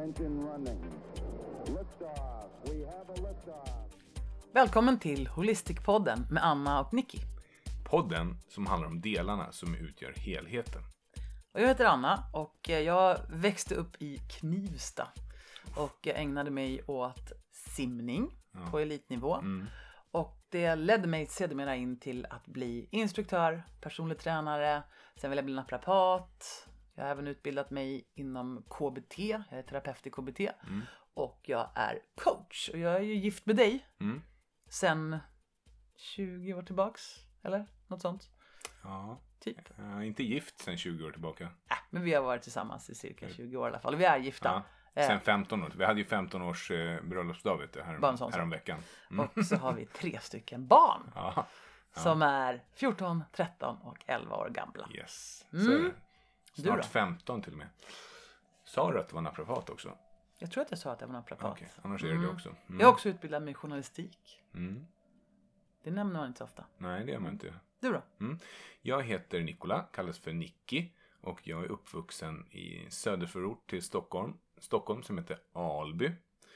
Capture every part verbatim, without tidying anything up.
Engine running. Liftoff. We have a liftoff. Välkommen till Holistic-podden med Anna och Nicky. Podden som handlar om delarna som utgör helheten. Och jag heter Anna och jag växte upp i Knivsta. Och jag ägnade mig åt simning Ja. på elitnivå. Mm. Och det ledde mig sedermera in till att bli instruktör, personlig tränare. Sen vill jag bli naprapat. Jag har även utbildat mig inom K B T. Jag är terapeut i K B T. Mm. Och jag är coach. Och jag är ju gift med dig. Mm. Sen tjugo år tillbaks. Eller något sånt. Ja. Typ. Jag är inte gift sedan tjugo år tillbaka. Äh, men vi har varit tillsammans i cirka tjugo år i alla fall. Och vi är gifta. Ja. Sen femton år. Vi hade ju femton års eh, bröllopsdag vet du, Bara en här, sån här om sak. veckan. Mm. Och så har vi tre stycken barn. Ja. Ja. Som är fjorton, tretton och elva år gamla. Yes. Mm. Så är det. Du Snart då? femton till och med. Sa du att du var naprapat också? Jag tror att jag sa att jag var naprapat. Okej, annars är det det också. Mm. Jag har också utbildat mig i journalistik. Mm. Det nämner man inte så ofta. Nej, det gör man inte. Du då? Mm. Jag heter Nikola, kallas för Nicky. Och jag är uppvuxen i söderförort till Stockholm. Stockholm som heter Alby.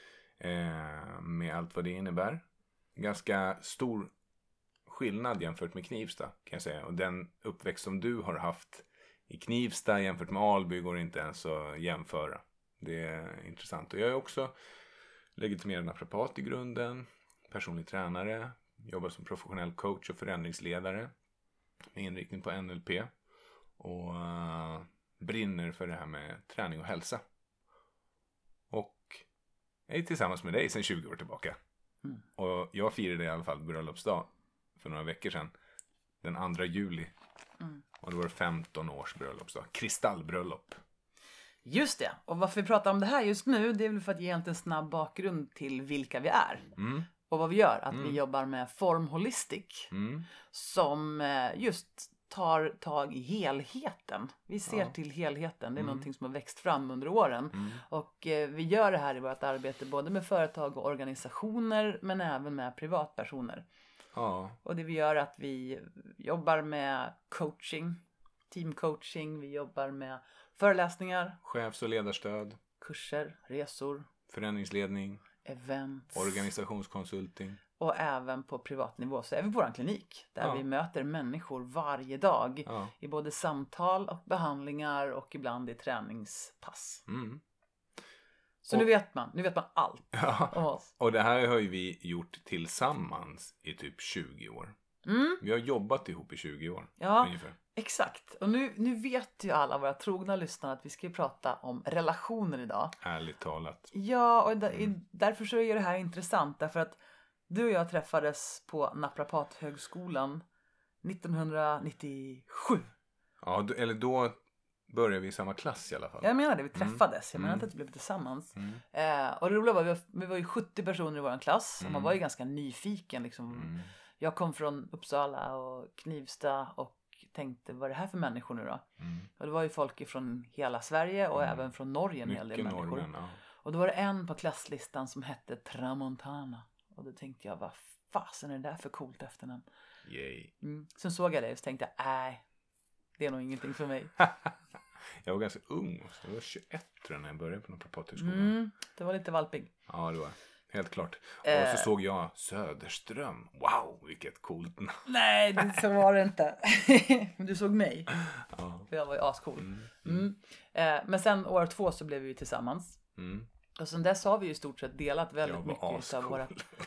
Eh, med allt vad det innebär. Ganska stor skillnad jämfört med Knivsta kan jag säga. Och den uppväxt som du har haft i Knivsta jämfört med Alby går inte ens att jämföra. Det är intressant. Och jag är också legitimerad naprapat i grunden. Personlig tränare. Jobbar som professionell coach och förändringsledare. Med inriktning på N L P. Och uh, brinner för det här med träning och hälsa. Och jag är tillsammans med dig sedan tjugo år tillbaka. Mm. Och jag firade i alla fall bröllopsdag för några veckor sedan. Den andra juli. Mm. Och det var femton års bröllopsdag. Kristallbröllop. Just det. Och varför vi pratar om det här just nu, det är väl för att ge en snabb bakgrund till vilka vi är. Mm. Och vad vi gör. Att Mm. vi jobbar med Form Holistic. Mm. Som eh, just tar tag i helheten. Vi ser Ja. till helheten. Det är Mm. någonting som har växt fram under åren. Mm. Och eh, vi gör det här i vårt arbete både med företag och organisationer men även med privatpersoner. Ja. Och det vi gör är att vi jobbar med coaching, teamcoaching, vi jobbar med föreläsningar, Chefs- och ledarstöd. kurser, resor, Förändringsledning. events. Organisationskonsulting. Och även på privatnivå så är vi på vår klinik där Ja. vi möter människor varje dag Ja. i både samtal och behandlingar och ibland i träningspass. Mm. Så Och- nu vet man, nu vet man allt Ja. om oss. Och det här har ju vi gjort tillsammans i typ tjugo år. Mm, Vi har jobbat ihop i tjugo år. ja, Ungefär. exakt. Och nu, nu vet ju alla våra trogna lyssnare att vi ska ju prata om relationer idag. Ärligt talat. Ja, och där, Mm. i, därför så är det här intressant. Därför att du och jag träffades på Naprapathögskolan nittonhundranittiosju. Ja, då, eller då började vi i samma klass i alla fall. Jag menar det, vi Mm. träffades. Jag menar Mm. inte att vi blev tillsammans. Mm. Eh, och det roliga var, vi var, vi var ju sjuttio personer i vår klass. Och man Mm. var ju ganska nyfiken. Liksom. Mm. Jag kom från Uppsala och Knivsta och tänkte, vad är det här för människor nu då? Mm. Och det var ju folk från hela Sverige och Mm. även från Norge en hel del Mycket människor. norrmän, ja. Och då var det en på klasslistan som hette Tramontana. Och då tänkte jag, vad fasen är det där för coolt efternamn? Yay. Mm. Sen såg jag det och så tänkte jag, nej, det är nog ingenting för mig. Jag var ganska ung. Så jag var tjugoett tror jag när jag började på Naprapathögskolan. Mm, det var lite valpig. Ja, det var helt klart. Eh. Och så såg jag Söderström. Wow, vilket coolt namn. Nej, det, så var det inte. Men du såg mig. Ja. För jag var ju ascool. Mm. Mm. Eh, men sen år två så blev vi tillsammans. Mm. Och sen dess har vi ju i stort sett delat väldigt Jag var mycket av ascool. våra...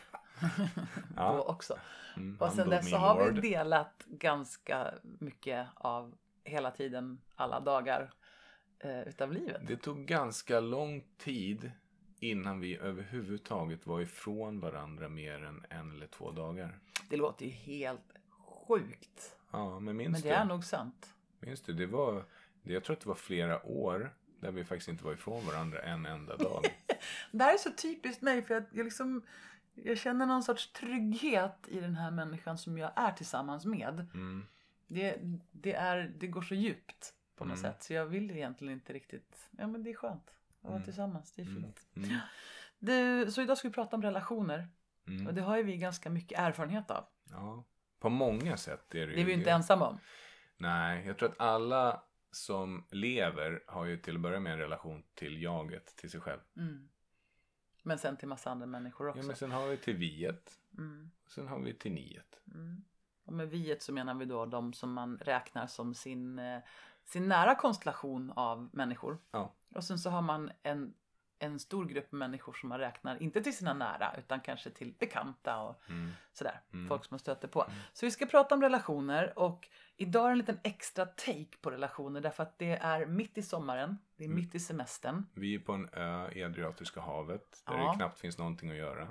Ja. Då också. Mm, Och sen humble dess så me, har vi Lord. delat ganska mycket av hela tiden, alla dagar eh, utav livet. Det tog ganska lång tid innan vi överhuvudtaget var ifrån varandra mer än en eller två dagar. Det låter ju helt sjukt. Ja, men minns Men det du? är nog sant. Minns du? Det var, det, jag tror att det var flera år där vi faktiskt inte var ifrån varandra en enda dag. Det här är så typiskt mig för att jag liksom... Jag känner någon sorts trygghet i den här människan som jag är tillsammans med. Mm. Det, det, är, det går så djupt på något Mm. sätt. Så jag vill egentligen inte riktigt... Ja, men det är skönt att vara Mm. tillsammans. Det är Mm. fint. Mm. Du, så idag ska vi prata om relationer. Mm. Och det har ju vi ganska mycket erfarenhet av. Ja, på många sätt är det Det är vi ju inte ensamma om. Nej, jag tror att alla som lever har ju till att börja med en relation till jaget, till sig själv. Mm. Men sen till massa andra människor också. Ja, men sen har vi till viet. Mm. Sen har vi till niet. Mm. Och med viet så menar vi då de som man räknar som sin, eh, sin nära konstellation av människor. Ja. Och sen så har man en, en stor grupp människor som man räknar inte till sina nära utan kanske till bekanta och Mm. sådär. Mm. Folk som man stöter på. Så vi ska prata om relationer och idag är det en liten extra take på relationer därför att det är mitt i sommaren. Det är Mm. mitt i semestern. Vi är på en ö i Adriatiska havet där Ja. det knappt finns någonting att göra.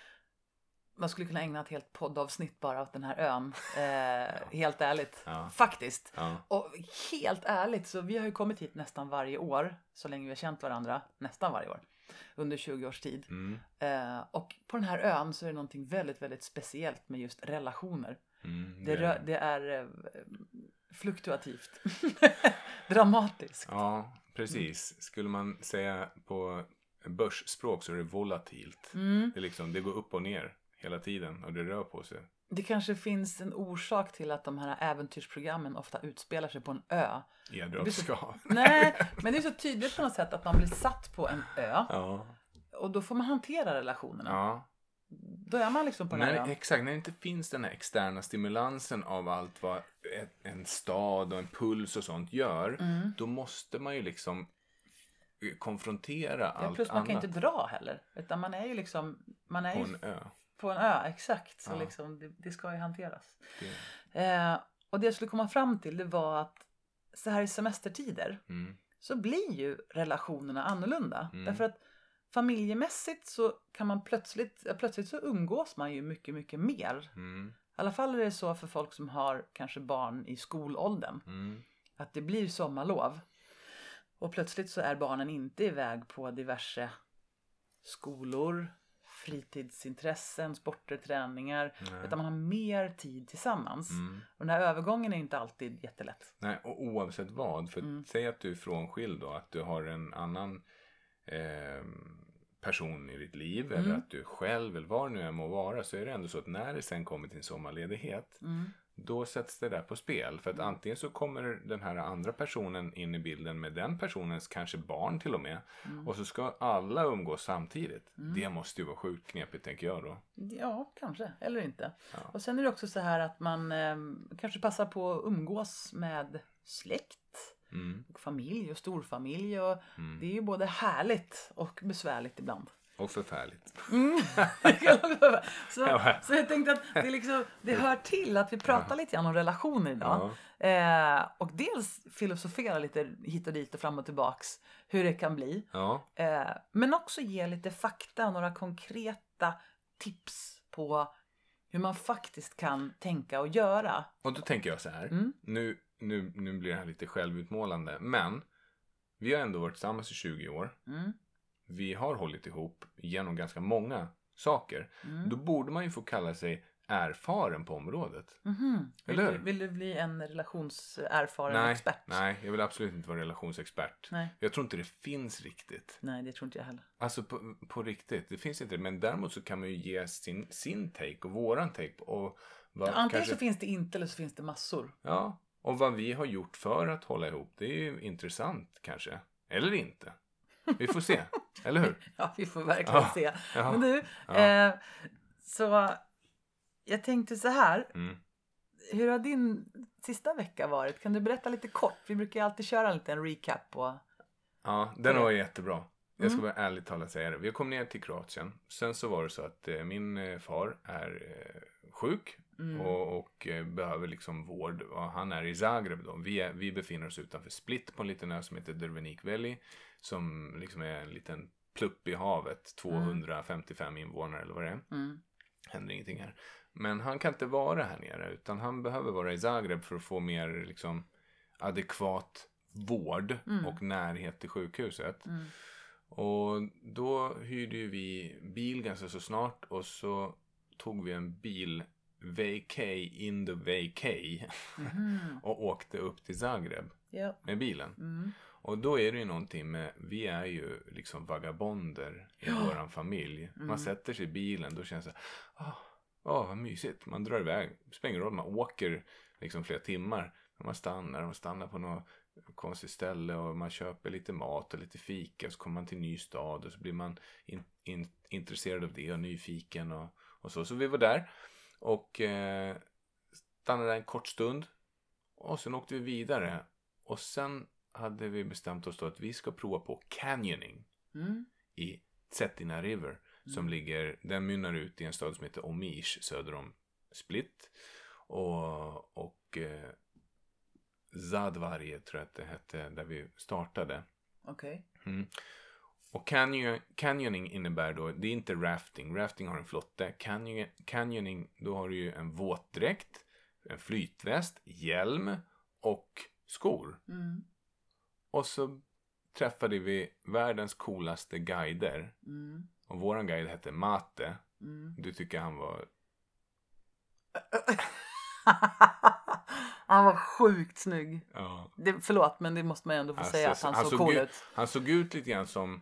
Man skulle kunna ägna ett helt poddavsnitt bara åt den här ön. Eh, helt ärligt. Ja. Faktiskt. Ja. Och helt ärligt så vi har ju kommit hit nästan varje år. Så länge vi har känt varandra. Nästan varje år. Under tjugo års tid. Mm. Eh, och på den här ön så är det någonting väldigt, väldigt speciellt med just relationer. Mm. Det, rö- det är eh, fluktuativt. Dramatiskt. Ja, precis. Skulle man säga på börsspråk så är det volatilt. Mm. Det, är liksom, det går upp och ner hela tiden och det rör på sig. Det kanske finns en orsak till att de här äventyrsprogrammen ofta utspelar sig på en ö. I Adriatiska havet. Nej, men det är så tydligt på något sätt att man blir satt på en ö. Ja. Och då får man hantera relationerna. Ja. Då är man liksom på den här När, ön. exakt, när det inte finns den här externa stimulansen av allt vad ett, en stad och en puls och sånt gör. Mm. Då måste man ju liksom konfrontera Ja, allt plus man annat kan inte dra heller. Utan man är ju liksom... Man är på ju en ö. på en ö, exakt. Så Ja. liksom, det, det ska ju hanteras. Det, Eh, och det jag skulle komma fram till det var att så här i semestertider mm, så blir ju relationerna annorlunda. Mm. Därför att familjemässigt så kan man plötsligt, ja, plötsligt så umgås man ju mycket, mycket mer. mm, I alla fall är det så för folk som har kanske barn i skolåldern. mm, Att det blir sommarlov. Och plötsligt så är barnen inte iväg på diverse skolor, fritidsintressen, sporter, träningar. nej, Utan man har mer tid tillsammans. mm. Och den här övergången är inte alltid jättelätt. Nej, och oavsett vad. För Mm. säg att du är frånskild då. Att du har en annan eh, person i ditt liv. Mm. Eller att du själv, eller vad det nu än må vara. Så är det ändå så att när det sen kommer till en sommarledighet. Mm. Då sätts det där på spel. För att antingen så kommer den här andra personen in i bilden med den personens kanske barn till och med. Mm. Och så ska alla umgås samtidigt. Det måste ju vara sjukt knepigt tänker jag då. Ja, kanske. Eller inte. Ja. Och sen är det också så här att man eh, kanske passar på att umgås med släkt. Mm. Och familj och storfamilj. Och Mm. det är ju både härligt och besvärligt ibland. Och förfärligt. Mm. så, Ja. så jag tänkte att det, liksom, det hör till att vi pratar Ja. lite grann om relationer idag. Ja. Eh, och dels filosofera lite hit och dit och fram och tillbaks hur det kan bli. Ja. Eh, men också ge lite fakta och några konkreta tips på hur man faktiskt kan tänka och göra. Och då tänker jag så här. Mm. Nu, nu, nu blir det här lite självutmålande. Men vi har ändå varit tillsammans i tjugo år. Mm. Vi har hållit ihop genom ganska många saker. Mm. Då borde man ju få kalla sig erfaren på området. Mhm. Vill, Eller du, hur? vill du bli en relationserfaren Nej, expert? nej, jag vill absolut inte vara relationsexpert. Nej. Jag tror inte det finns riktigt. Nej, det tror inte jag heller. Alltså på, på riktigt, det finns inte. Men däremot så kan man ju ge sin, sin take och våran take. Och vad, Antingen kanske, så finns det inte eller så finns det massor. ja, och vad vi har gjort för att hålla ihop. Det är ju intressant kanske. Eller inte. Vi får se. Eller hur? Ja, vi får verkligen Ja. se. Ja. Men du, Ja. eh, så jag tänkte så här. Mm. Hur har din sista vecka varit? Kan du berätta lite kort? Vi brukar ju alltid köra en liten recap på... Ja, den var jättebra. Jag ska Mm. bara ärligt talat säga det. Vi kom ner till Kroatien. Sen så var det så att eh, min eh, far är eh, sjuk. Mm. Och, och eh, behöver liksom vård. Och han är i Zagreb då. Vi, är, vi befinner oss utanför Split på en liten ö som heter Drvenik Valley. Som liksom är en liten plupp i havet. tvåhundrafemtiofem invånare eller vad det är. Mm. Händer ingenting här. Men han kan inte vara här nere. Utan han behöver vara i Zagreb för att få mer liksom adekvat vård. Mm. Och närhet till sjukhuset. Mm. Och då hyrde ju vi bil ganska så snart. Och så tog vi en bil vacay in the vacay. Mhm. Och åkte upp till Zagreb Ja. med bilen. Mm. Och då är det ju någonting med, vi är ju liksom vagabonder i Ja. våran familj. Mm. Man sätter sig i bilen, då känns det, åh, åh vad mysigt. Man drar iväg, spelar ingen roll, man åker liksom flera timmar. Man stannar, man stannar på något konstigt ställe och man köper lite mat och lite fika, så kommer man till en ny stad och så blir man in, in, intresserad av det och nyfiken och, och så. Så vi var där och eh, stannade där en kort stund och sen åkte vi vidare och sen hade vi bestämt oss då att vi ska prova på canyoning Mm. i Cetina River som Mm. ligger, den mynnar ut i en stad som heter Omish söder om Split och, och eh, Zadvarje tror jag att det hette där vi startade. Okej. Mm. Och canyon, canyoning innebär då, det är inte rafting. Rafting har en flotte. Canyon, canyoning, då har du ju en våtdräkt, en flytväst, hjälm och skor. Mm. Och så träffade vi världens coolaste guider. Mm. Och våran guide hette Mate. Mm. Du tycker han var... Han var sjukt snygg. Ja. Det, förlåt, men det måste man ändå få Alltså, säga att han, han såg såg cool ut- ut. Han såg ut lite grann som...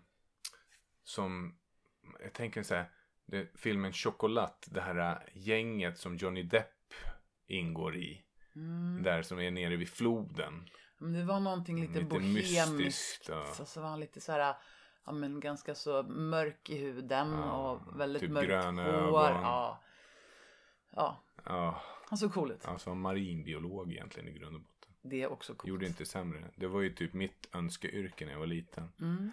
Som... Jag tänker så här... Det, filmen Chocolat. Det här gänget som Johnny Depp ingår i. Mm. Där som är nere vid floden. Men det var någonting lite, Lite bohemiskt. mystiskt, ja. Och så var han lite så här, ja men ganska så mörk i huden Ja, och väldigt typ mörkt gröna hår. ögon. Ja. Ja, Ja, han såg cool ut. alltså marinbiolog egentligen i grund och botten. Det är också coolt. Gjorde inte sämre. Det var ju typ mitt önskeyrke när jag var liten. Mm.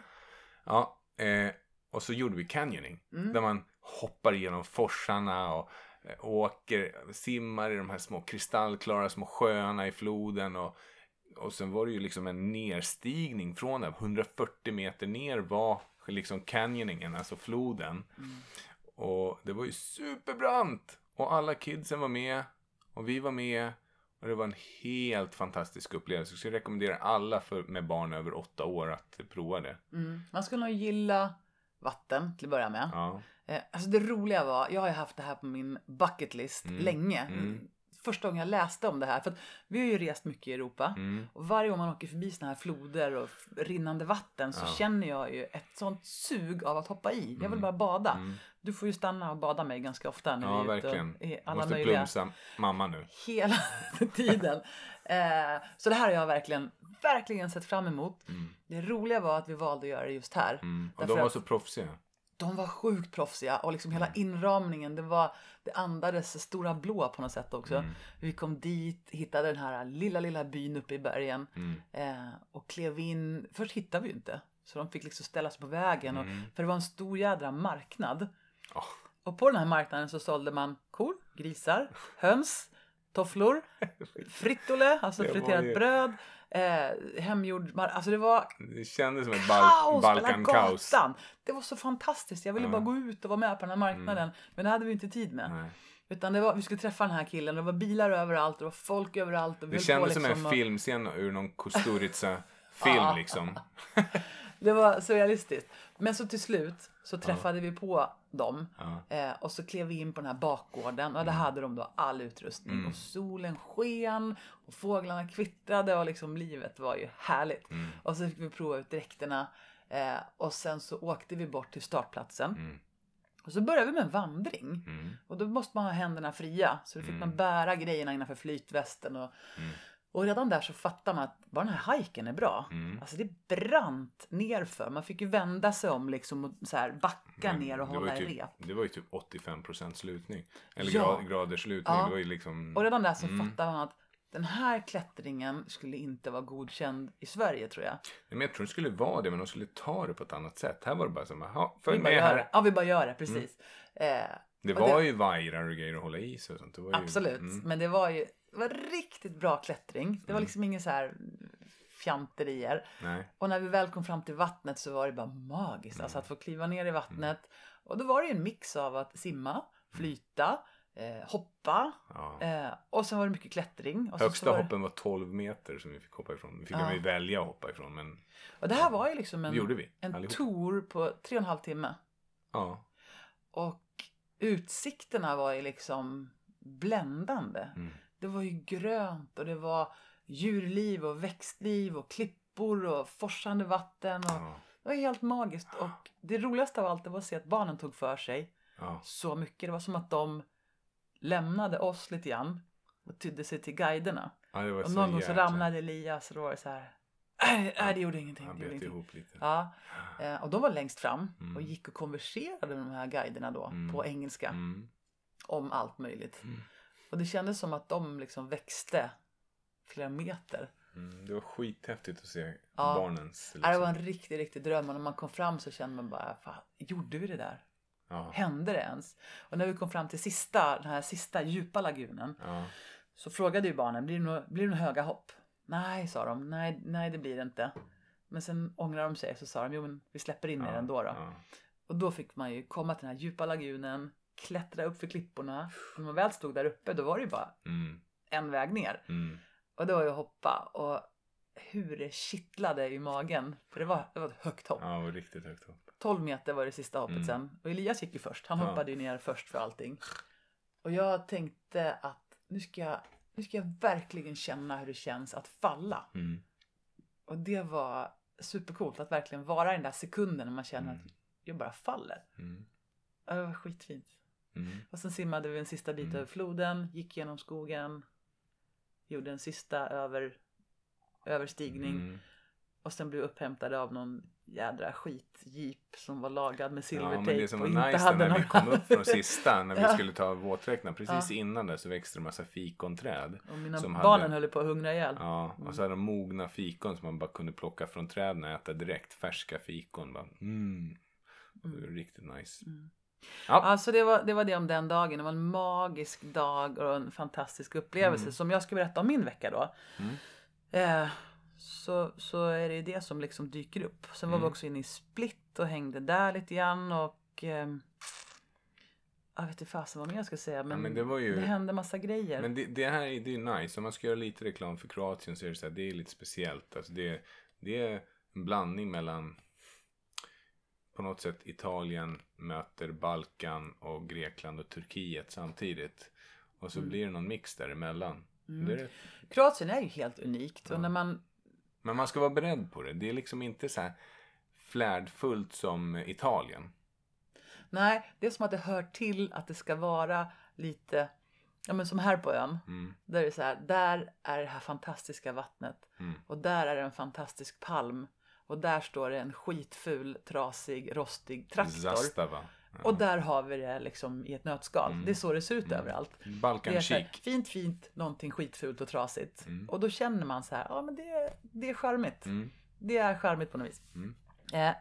Ja, eh, och så gjorde vi canyoning. Mm. Där man hoppar igenom forsarna och eh, åker, simmar i de här små kristallklara små sjöarna i floden. Och, och sen var det ju liksom en nerstigning från där. hundrafyrtio meter ner var liksom canyoningen, alltså floden. Mm. Och det var ju superbrant. Och alla kidsen var med. Och vi var med. Och det var en helt fantastisk upplevelse. Så jag rekommenderar alla för, med barn över åtta år att prova det. Mm. Man skulle nog gilla vatten till att börja med. Ja. Eh, alltså det roliga var, jag har ju haft det här på min bucket list Mm. länge. Mm. Första gången jag läste om det här. För att vi har ju rest mycket i Europa. Mm. Och varje gång man åker förbi såna här floder och f- rinnande vatten så Ja. känner jag ju ett sånt sug av att hoppa i. Jag vill Mm. bara bada. Mm. Du får ju stanna och bada mig ganska ofta när Ja, vi är ute verkligen. och i alla Måste möjliga plumsa mamma nu. hela tiden. Eh, så det här har jag verkligen, verkligen sett fram emot. Mm. Det roliga var att vi valde att göra det just här. Mm. Och Därför de var att- så proffsiga. De var sjukt proffsiga och liksom hela inramningen, det var, det andades stora blå på något sätt också. Mm. Vi kom dit, hittade den här lilla, lilla byn uppe i bergen Mm. eh, och klev in. Först hittade vi ju inte, så de fick liksom ställa sig på vägen. Och, Mm. för det var en stor jädra marknad. Oh. Och på den här marknaden så sålde man kor, grisar, höns, tofflor, frittole, alltså Det var friterat ju- bröd, eh, hemgjord, mar- alltså det var Det kändes som ett kaos bal- på hela Balkankaos. gatan. Det var så fantastiskt. Jag ville Ja. bara gå ut och vara med på den här marknaden. Men det hade vi inte tid med. Nej. Utan det var, vi skulle träffa den här killen. Det var bilar överallt. Det var folk överallt. Och vi Det höll kändes på som liksom en och- filmscen ur någon Kusturica-film Ja. liksom. Det var så realistiskt. Men så till slut så träffade vi på dem. Ja. Eh, och så klev vi in på den här bakgården. Och där hade de då all utrustning. Mm. Och solen sken. Och fåglarna kvittrade. Och liksom livet var ju härligt. Mm. Och så fick vi prova ut dräkterna. Eh, och sen så åkte vi bort till startplatsen. Mm. Och så började vi med en vandring. Mm. Och då måste man ha händerna fria. Så då fick Mm. man bära grejerna innanför flytvästen. Och, Mm. och redan där så fattar man att bara den här hajken är bra. Mm. Alltså det är brant nerför. Man fick ju vända sig om liksom och så här backa Men ner och det var hålla ju i typ, rep. Det var ju typ åttiofem procent slutning. Eller Ja. grad, graders slutning. Ja. Det var ju liksom... Och redan där så Mm. fattar man att den här klättringen skulle inte vara godkänd i Sverige tror jag. Men jag tror det skulle vara det, men de skulle ta det på ett annat sätt. Här var det bara som, jaha, följ Vi bara med gör här. det. Ja, vi bara gör det, precis. Eh, Det och var det- ju vajrar och grejer att hålla i sig och sånt. Det var ju, Absolut, Mm. men det var ju det var riktigt bra klättring. Det var Mm. liksom ingen så här fjanterier. Nej. Och när vi väl kom fram till vattnet så var det bara magiskt. Mm. Alltså att få kliva ner i vattnet. Och då var det ju en mix av att simma, flyta, eh, hoppa. Ja. Eh, och sen var det mycket klättring. Och så- Högsta så var det, hoppen var tolv meter som vi fick hoppa ifrån. Vi fick Ja. ju välja att hoppa ifrån, men Och det här var ju liksom det en, gjorde vi en allihop. tour på tre och en halv timme. Ja. Och utsikterna var ju liksom bländande. Mm. Det var ju grönt och det var djurliv och växtliv och klippor och forsande vatten. Och Ja. det var helt magiskt. Och det roligaste av allt det var att se att barnen tog för sig Ja. så mycket. Det var som att de lämnade oss lite grann och tydde sig till guiderna. Ja, det var Och så någon gång så jäkla- ramlade Elias och då var det så här, Nej, nej, det gjorde ingenting. Han Det gjorde bet ingenting. ihop lite. Ja, eh, och de var längst fram Mm. och gick och konverserade med de här guiderna då Mm. på engelska Mm. om allt möjligt. Mm. Och det kändes som att de liksom växte flera meter. Mm. Det var skithäftigt att se Ja. barnens... Det var en riktig, riktig dröm. Och när man kom fram så kände man bara, fan, gjorde vi det där? Ja. Hände det ens? Och när vi kom fram till sista, den här sista djupa lagunen Ja. så frågade ju barnen, blir det några, blir det några höga hopp? Nej, sa de. Nej, nej, det blir det inte. Men sen ångrade de sig så sa de, jo men vi släpper in er Ja. ändå då. Ja. Och då fick man ju komma till den här djupa lagunen, klättra upp för klipporna. Och när man väl stod där uppe då var det ju bara Mm. en väg ner. Mm. Och det var ju att hoppa. Och hur det kittlade i magen. För det var, det var ett högt hopp. Ja, det var riktigt högt hopp. tolv meter var det sista hoppet Mm. sen. Och Elias gick ju först. Han Ja. hoppade ju ner först för allting. Och jag tänkte att nu ska jag, nu ska jag verkligen känna hur det känns att falla. Mm. Och det var supercoolt att verkligen vara i den där sekunden när man känner Mm. att jag bara faller. Mm. Och det var skitfint. Mm. Och sen simmade vi en sista bit Mm. över floden, gick genom skogen, gjorde en sista över, överstigning Mm. och sen blev upphämtade av någon jädra skitjeep som var lagad med Ja, men silvertejp det som och var inte nice hade när vi någon kom upp från halv. sista, när vi Ja. skulle ta våträkna, precis Ja. innan det så växte det en massa fikonträd. Och mina som barnen hade- höll på att hungra ihjäl. Ja, och så hade de mogna fikon som man bara kunde plocka från träden och äta direkt. Färska fikon. Bara, mm. Det var riktigt nice. Mm. Ja. Alltså det var, det var det om den dagen. Det var en magisk dag och en fantastisk upplevelse. Mm. Som jag ska berätta om min vecka då. Mm. Eh, så, så är det det som liksom dyker upp. Sen var Mm. vi också inne i Split och hängde där lite grann. Och eh, jag vet inte fasen vad mer jag ska säga. Men, Ja, men det var ju- det hände massa grejer. Men det, det här är, det är nice. Om man ska göra lite reklam för Kroatien så är det så här, det är lite speciellt. Alltså det, det är en blandning mellan på något sätt Italien möter Balkan och Grekland och Turkiet samtidigt. Och så Mm. blir det någon mix däremellan. Mm. Det är rätt. Kroatien är ju helt unikt. Ja. Och när man... Men man ska vara beredd på det. Det är liksom inte så här flärdfullt som Italien. Nej, det är som att det hör till att det ska vara lite... Ja men som här på ön. Mm. Där är det så här, där är det här fantastiska vattnet. Mm. Och där är det en fantastisk palm. Och där står det en skitful, trasig, rostig traktor. Zastava. Ja. Och där har vi det liksom i ett nötskal. Mm. Det är så det ser ut Mm. överallt. Det Balkan är så här, chic. fint, fint, någonting skitfult och trasigt. Mm. Och då känner man så här, ja men det, det är charmigt. Mm. Det är charmigt på något vis. Mm. Eh,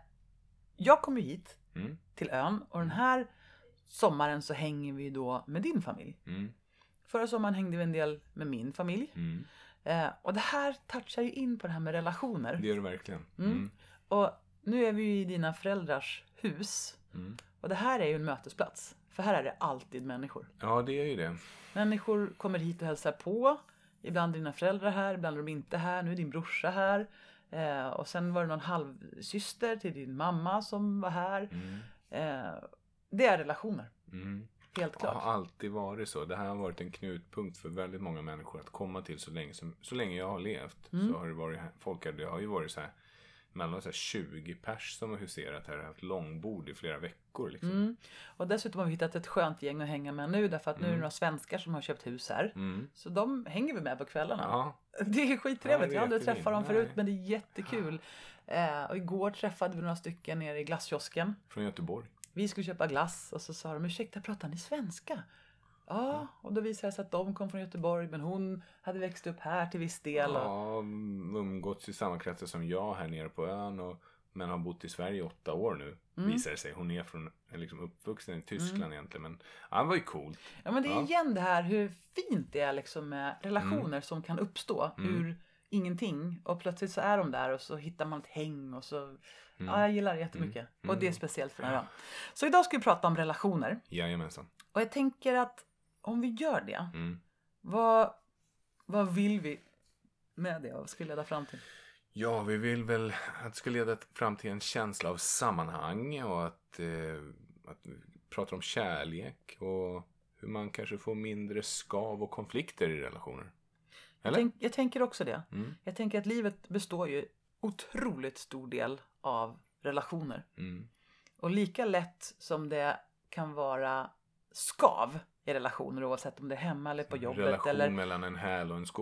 jag kom ju hit Mm. till ön och den här sommaren så hänger vi då med din familj. Mm. Förra sommaren hängde vi en del med min familj. Mm. Eh, och det här touchar ju in på det här med relationer. Det gör det verkligen. Mm. Mm. Och nu är vi ju i dina föräldrars hus. Mm. Och det här är ju en mötesplats. För här är det alltid människor. Ja, det är ju det. Människor kommer hit och hälsar på. Ibland är dina föräldrar här, ibland är de inte här. Nu är din brorsa här. Eh, och sen var det någon halvsyster till din mamma som var här. Mm. Eh, det är relationer, Mm. helt Det klart. har alltid varit så. Det här har varit en knutpunkt för väldigt många människor att komma till så länge, som, så länge jag har levt. Mm. Så har det varit, folk har, det har ju varit så här mellan så här tjugo pers som har huserat här och haft långbord i flera veckor. Liksom. Mm. Och dessutom har vi hittat ett skönt gäng att hänga med nu. Därför att nu är det Mm. några svenskar som har köpt hus här. Mm. Så de hänger vi med på kvällarna. Ja. Det är skittrevligt. Ja, det är jag har aldrig jättefint. träffat dem Nej. förut men det är jättekul. Eh, och igår träffade vi några stycken nere i glasskiosken. Från Göteborg. Vi skulle köpa glass och så sa de, ursäkta, pratar ni svenska? Ja, och då visade det sig att de kom från Göteborg men hon hade växt upp här till viss del. Och, Ja, umgåtts i samma kretsar som jag här nere på ön. Och, men har bott i Sverige i åtta år nu. Mm. Visar det sig. Hon är från, liksom uppvuxen i Tyskland egentligen. Men ja, det var ju coolt. ja men det är Ja. igen det här hur fint det är liksom med relationer som kan uppstå Mm. ur ingenting. Och plötsligt så är de där och så hittar man ett häng och så... Mm. Ja, jag gillar det jättemycket. Mm. Och det är speciellt för den här. Så idag ska vi prata om relationer. Jajamensan. Och jag tänker att om vi gör det, Mm. vad, vad vill vi med det? Vad ska vi leda fram till? Ja, vi vill väl att det ska leda fram till en känsla av sammanhang och att, eh, att vi pratar om kärlek och hur man kanske får mindre skav och konflikter i relationer. Jag, Eller? tänk, jag tänker också det. Mm. Jag tänker att livet består ju otroligt stor del av relationer. Mm. Och lika lätt som det kan vara skav i relationer oavsett om det är hemma eller på jobbet. Relation Eller, mellan en häl och en sko.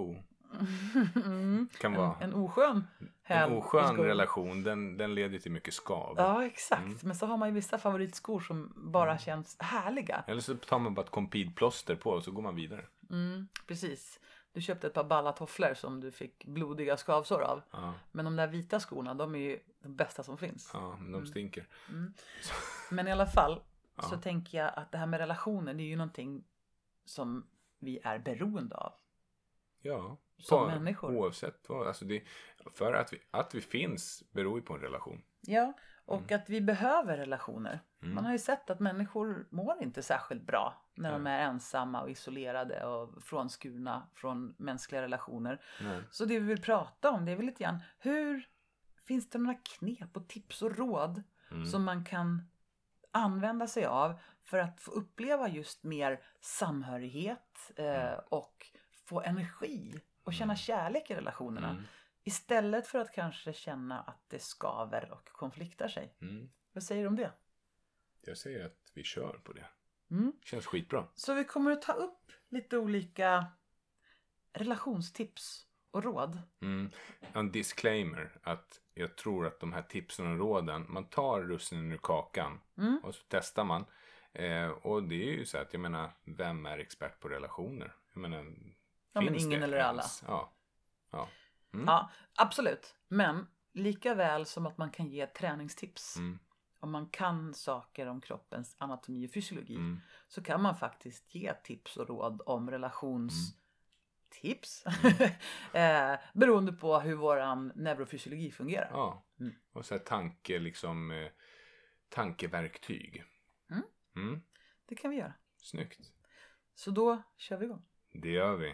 Mm. Kan En, vara en oskön hem en i oskön skor. relation, den, den leder till mycket skav. Ja, exakt. Mm. Men så har man ju vissa favoritskor som bara känns härliga. Eller så tar man bara ett kompidplåster på och så går man vidare. Mm, precis. Du köpte ett par balla tofflor som du fick blodiga skavsår av. Ja, Men de där vita skorna, de är ju de bästa som finns. ja men de stinker. Men i alla fall så Ja. tänker jag att det här med relationer, det är ju någonting som vi är beroende av. Ja, Som på- människor. Oavsett vad. Alltså det, för att vi, att vi finns beror ju på en relation. Ja, och att vi behöver relationer. Man har ju sett att människor mår inte särskilt bra när de är ensamma och isolerade och frånskurna från mänskliga relationer. Nej. Så det vi vill prata om, det är väl lite grann, hur finns det några knep och tips och råd som man kan använda sig av för att få uppleva just mer samhörighet eh, och få energi och känna kärlek i relationerna. Mm. Istället för att kanske känna att det skaver och konfliktar sig. Mm. Vad säger du om det? Jag säger att vi kör på det. Mm. Känns skitbra. Så vi kommer att ta upp lite olika relationstips och råd. Mm. En disclaimer att jag tror att de här tipsen och råden, man tar russinen ur kakan Mm. och så testar man. Eh, och det är ju så att jag menar, vem är expert på relationer? Jag menar, Ja, men finns ingen det eller ens? Ja. Ja. Mm. Ja, absolut. Men lika väl som att man kan ge träningstips. Mm. Om man kan saker om kroppens anatomi och fysiologi. Mm. Så kan man faktiskt ge tips och råd om relationstips. eh, beroende på hur våran neurofysiologi fungerar. Ja. Mm. Och så här tanke, liksom eh, tankeverktyg. Mm. Mm. Det kan vi göra. Snyggt. Så då kör vi igång. Det gör vi.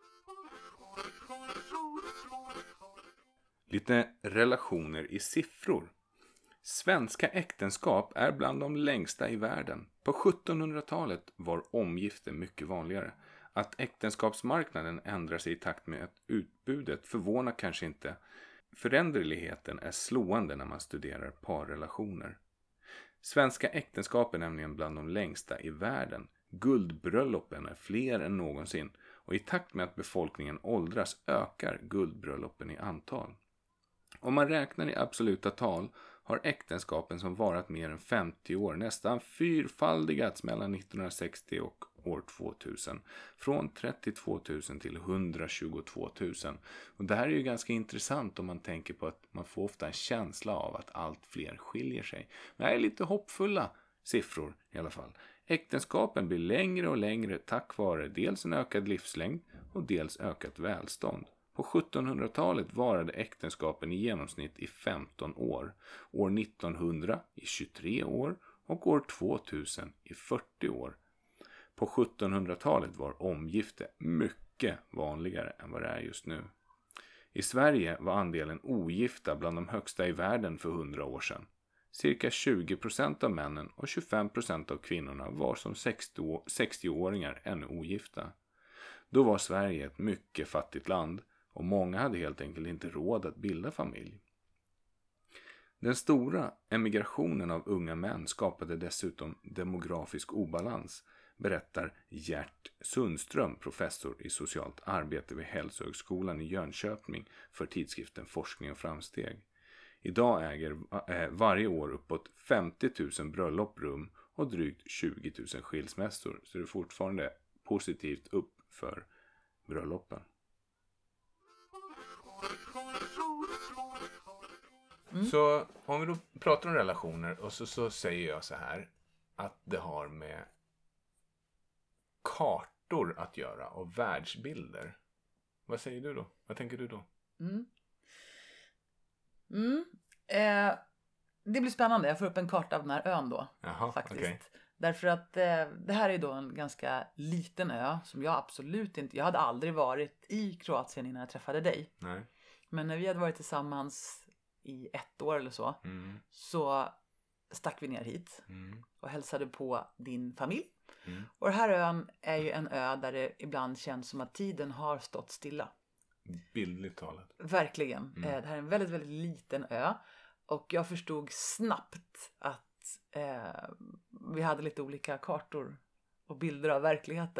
Lite relationer i siffror. Svenska äktenskap är bland de längsta i världen. På sjuttonhundratalet var omgifte mycket vanligare. Att äktenskapsmarknaden ändrar sig i takt med att utbudet förvånar kanske inte. Föränderligheten är slående när man studerar parrelationer. Svenska äktenskap är nämligen bland de längsta i världen. Guldbröllopen är fler än någonsin. Och i takt med att befolkningen åldras ökar guldbröllopen i antal. Om man räknar i absoluta tal har äktenskapen som varat mer än femtio år nästan fyrfaldigats mellan nittonhundrasextio och år tvåtusen. Från trettiotvåtusen till etthundratjugotvåtusen. Och det här är ju ganska intressant om man tänker på att man får ofta en känsla av att allt fler skiljer sig. Men det är lite hoppfulla siffror i alla fall. Äktenskapen blir längre och längre tack vare dels en ökad livslängd och dels ökat välstånd. På sjuttonhundratalet varade äktenskapen i genomsnitt i femton år, år nittonhundra i tjugotre år och år tvåtusen i fyrtio år. På sjuttonhundratalet var omgifte mycket vanligare än vad det är just nu. I Sverige var andelen ogifta bland de högsta i världen för hundra år sedan. Cirka tjugo procent av männen och tjugofem procent av kvinnorna var som sextio-åringar ännu ogifta. Då var Sverige ett mycket fattigt land och många hade helt enkelt inte råd att bilda familj. Den stora emigrationen av unga män skapade dessutom demografisk obalans, berättar Gert Sundström, professor i socialt arbete vid Hälsohögskolan i Jönköping för tidskriften Forskning och framsteg. Idag äger äh, varje år uppåt femtio tusen bröllop rum och drygt tjugo tusen skilsmässor, så det är fortfarande positivt upp för bröllopen. Mm. Så om vi då pratar om relationer och så, så säger jag så här att det har med kartor att göra och världsbilder. Vad säger du då? Vad tänker du då? Mm. Mm. Eh, det blir spännande. Jag får upp en karta av den här ön då. Jaha, faktiskt. Okay. Därför att eh, det här är då en ganska liten ö som jag absolut inte... Jag hade aldrig varit i Kroatien innan jag träffade dig. Nej. Men när vi hade varit tillsammans i ett år eller så Mm. så stack vi ner hit Mm. och hälsade på din familj. Mm. Och den här ön är ju en ö där det ibland känns som att tiden har stått stilla. Bildligt talat. Verkligen. Mm. Eh, det här är en väldigt, väldigt liten ö. Och jag förstod snabbt att eh, vi hade lite olika kartor och bilder av verkligheten.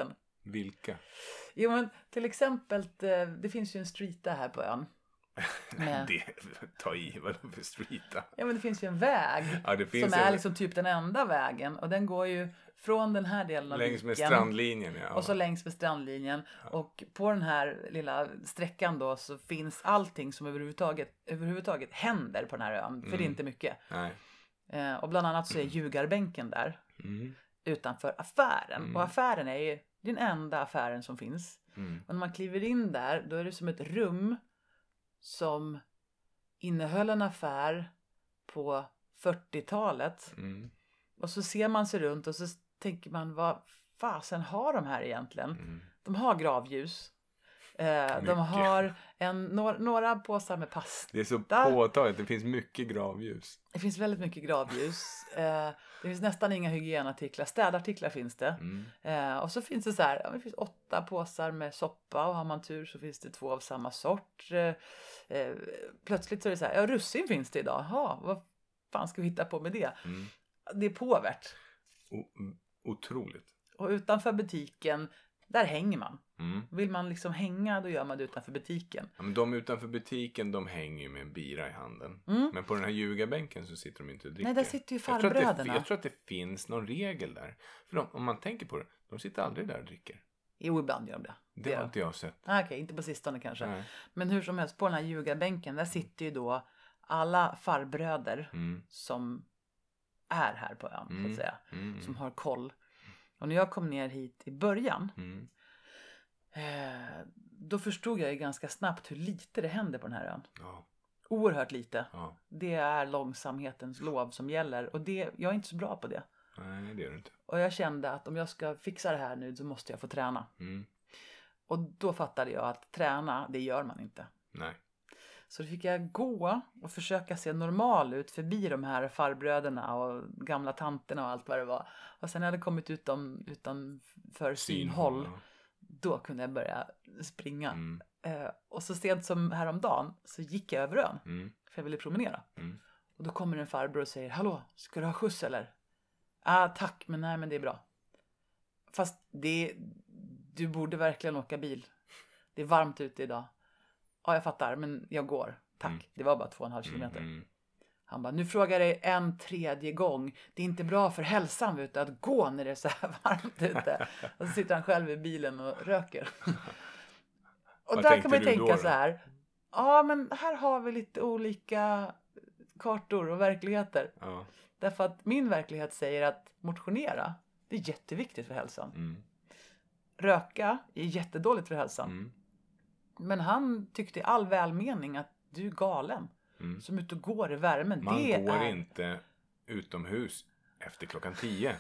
Vilka? Jo, men till exempel, det, det finns ju en streeta här på ön. Med, Det, ta i, vad för streeta? ja, men det finns ju en väg Ja, det finns som är en- liksom typ den enda vägen. Och den går ju från den här delen av Längs med viken strandlinjen, ja. och så längs med strandlinjen. Och på den här lilla sträckan då så finns allting som överhuvudtaget, överhuvudtaget händer på den här ön. För det är inte mycket. Nej. Eh, och bland annat så är ljugarbänken där. Mm. Utanför affären. Mm. Och affären är ju den enda affären som finns. Mm. Och när man kliver in där, då är det som ett rum som innehöll en affär på fyrtiotalet. Mm. Och så ser man sig runt och så tänker man, vad fasen har de här egentligen? Mm. De har gravljus. Eh, de har en, några, några påsar med pasta. Det är så påtagligt, det finns mycket gravljus. Det finns väldigt mycket gravljus. Eh, det finns nästan inga hygienartiklar. Städartiklar finns det. Mm. Eh, och så finns det så här, ja, det finns åtta påsar med soppa och har man tur så finns det två av samma sort. Eh, eh, plötsligt så är det så här, ja, russin finns det idag. Ja, vad fan ska vi hitta på med det? Mm. Det är påvärt. O- otroligt. Och utanför butiken, där hänger man. Mm. Vill man liksom hänga, då gör man det utanför butiken. Ja, men de utanför butiken, de hänger ju med en bira i handen. Mm. Men på den här ljugarbänken så sitter de inte och dricker. Nej, där sitter ju Jag tror, att det, farbröderna. jag tror att det finns någon regel där. För de, om man tänker på det, de sitter aldrig där och dricker. Jo, ibland gör de det. Det gör har de. inte jag sett. Ah, okej, inte på sistone kanske. Nej. Men hur som helst, på den här ljugarbänken, där sitter ju då alla farbröder Mm. som är här på ön, så Mm. att säga. Mm. Som har koll. Och när jag kom ner hit i början, Mm. eh, då förstod jag ju ganska snabbt hur lite det händer på den här ön. Ja. Oerhört lite. Ja. Det är långsamhetens lov som gäller. Och det, jag är inte så bra på det. Nej, det är det inte. Och jag kände att om jag ska fixa det här nu så måste jag få träna. Mm. Och då fattade jag att träna, det gör man inte. Nej. Så då fick jag gå och försöka se normal ut förbi de här farbröderna och gamla tanterna och allt vad det var. Och sen när jag hade kommit utom, utanför synhåll, Ja. då kunde jag börja springa. Mm. Eh, och så sent som häromdagen så gick jag över ön, Mm. för jag ville promenera. Mm. Och då kommer en farbror och säger, hallå, ska du ha skjuts eller? Ah, tack, men nej, men det är bra. Fast det, du borde verkligen åka bil. Det är varmt ute idag. Ja, jag fattar, men jag går. Tack. Mm. Det var bara två och en halv kilometer. Mm. Han bara, nu frågar jag dig en tredje gång. Det är inte bra för hälsan, vet du, att gå när det är så här varmt ute. Och så sitter han själv i bilen och röker. Och Vad där tänkte kan man ju du tänka då då? så här. Ja, men här har vi lite olika kartor och verkligheter. Ja. Därför att min verklighet säger att motionera, det är jätteviktigt för hälsan. Mm. Röka är jättedåligt för hälsan. Mm. Men han tyckte i all välmening att du är galen. Mm. Som ut och går i värmen. Man det går är... inte utomhus efter klockan tio.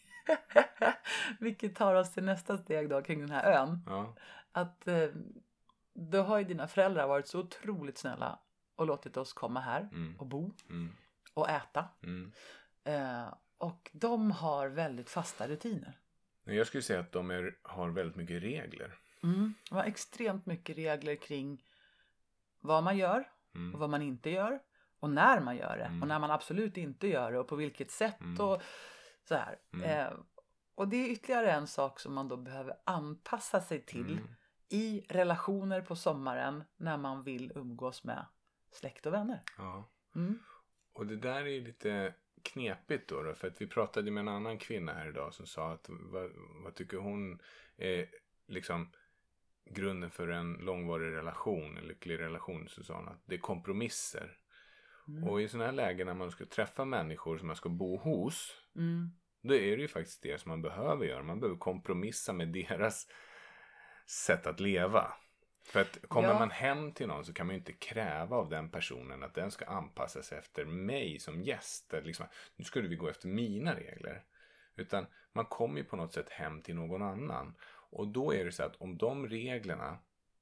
Vilket tar oss till nästa steg då kring den här ön. Ja. Att eh, då har ju dina föräldrar varit så otroligt snälla och låtit oss komma här Mm. och bo Mm. och äta. Mm. Eh, och de har väldigt fasta rutiner. Men jag skulle säga att de är, har väldigt mycket regler. Mm. De har extremt mycket regler kring vad man gör Mm. och vad man inte gör. Och när man gör det. Mm. Och när man absolut inte gör det. Och på vilket sätt. Mm. Och så här. Mm. Eh, och det är ytterligare en sak som man då behöver anpassa sig till. Mm. I relationer på sommaren. När man vill umgås med släkt och vänner. Ja. Mm. Och det där är lite knepigt då, då. För att vi pratade med en annan kvinna här idag som sa att vad, vad tycker hon är liksom grunden för en långvarig relation, en lycklig relation, så sa hon att det är kompromisser. Mm. Och i sådana här lägen när man ska träffa människor som man ska bo hos, Mm. då är det ju faktiskt det som man behöver göra. Man behöver kompromissa med deras sätt att leva. För att kommer Ja. man hem till någon så kan man ju inte kräva av den personen att den ska anpassa sig efter mig som gäst. Att liksom, nu skulle vi gå efter mina regler. Utan man kommer ju på något sätt hem till någon annan. Och då är det så att om de reglerna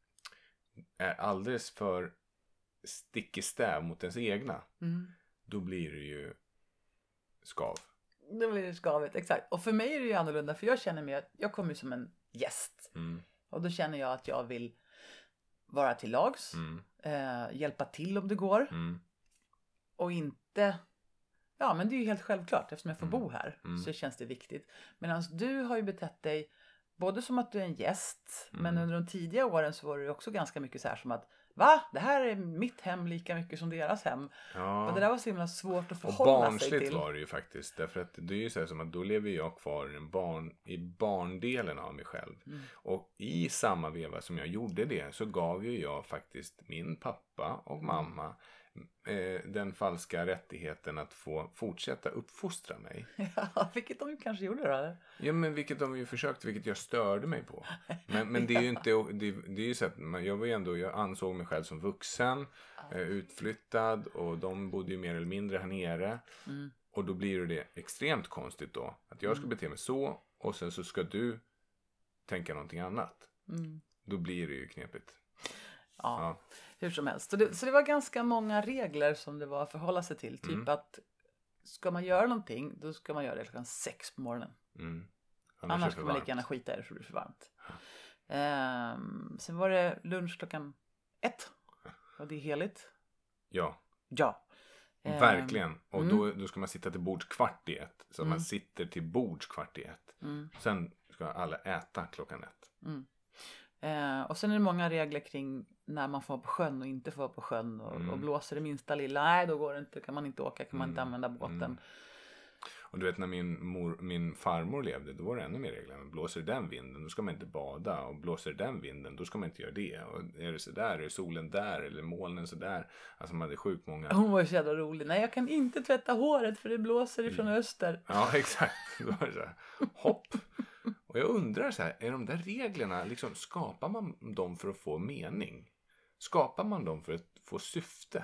är alldeles för stick i stäv mot ens egna, Mm. då blir det ju skav. Det blir skavigt, exakt. Och för mig är det ju annorlunda. För jag känner mig att jag kommer som en gäst. Mm. Och då känner jag att jag vill vara till lags. Mm. Eh, hjälpa till om det går. Mm. Och inte... Ja, men det är ju helt självklart. Eftersom jag får Mm. bo här Mm. så känns det viktigt. Medan du har ju betett dig både som att du är en gäst, Mm. men under de tidiga åren så var det också ganska mycket så här som att va? Det här är mitt hem lika mycket som deras hem. Ja. Och det där var så himla svårt att Och förhålla sig barnsligt till. var det ju faktiskt. Därför att det är ju så här som att då lever jag kvar i, en barn, i barndelen av mig själv. Mm. Och i samma veva som jag gjorde det så gav ju jag faktiskt min pappa och mamma eh, den falska rättigheten att få fortsätta uppfostra mig. Ja, vilket de ju kanske gjorde då. Eller? Ja, men vilket de ju försökte, vilket jag störde mig på. Men, men det är ju inte, det, det är ju så att man, jag var ju ändå, jag ansåg mig själv som vuxen, eh, utflyttad och de bodde ju mer eller mindre här nere. Mm. Och då blir det extremt konstigt då, att jag ska bete mig så och sen så ska du tänka någonting annat. Mm. Då blir det ju knepigt. Ja, Ja. hur som helst. Så det, så det var ganska många regler som det var att förhålla sig till. Typ Mm. att ska man göra någonting, då ska man göra det klockan sex på morgonen. Mm. Annars, är det för kan man lika varmt. gärna skita i det så det blir för varmt. Ehm, sen var det lunch klockan ett. Och det är heligt. Ja, Ja. Ehm, verkligen. Och mm. då, då ska man sitta till bords kvart i ett. Så Mm. man sitter till bords kvart i ett. Mm, Sen ska alla äta klockan ett. mm. Ehm, och sen är det många regler kring när man får vara på sjön och inte får vara på sjön. Och, Mm. och blåser det minsta lilla, nej då går det inte, kan man inte åka, kan man inte Mm. använda båten. Mm. Och du vet när min, mor, min farmor levde, då var det ännu mer regler. Blåser den vinden, då ska man inte bada. Och blåser den vinden, då ska man inte göra det. Och är det så där, är solen där eller molnen så där. Alltså man hade sjukt många. Hon var ju så jävla rolig. Nej, jag kan inte tvätta håret för det blåser ifrån öster. Ja, exakt. Då var det så här, hopp. Och jag undrar så här, är de där reglerna, liksom, skapar man dem för att få mening? Skapar man dem för att få syfte?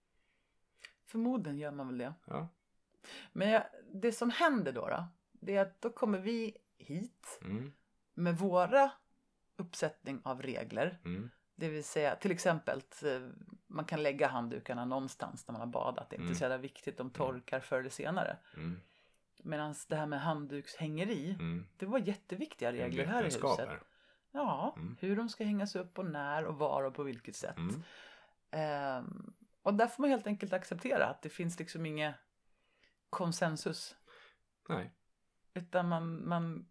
Förmodligen gör man väl det. Ja. Men jag, det som händer då, då, det är att då kommer vi hit Mm, med våra uppsättning av regler. mm, Det vill säga till exempel att eh, man kan lägga handdukarna någonstans när man har badat. Det är inte Mm. så jävla viktigt, de torkar förr eller senare. mm, Medan det här med handdukshängeri, mm. det var jätteviktiga En regler här i vetenskap huset. här. Ja, Mm. hur de ska hängas upp och när och var och på vilket sätt. Mm. Ehm, och där får man helt enkelt acceptera att det finns liksom inget konsensus. Nej. Utan man, man,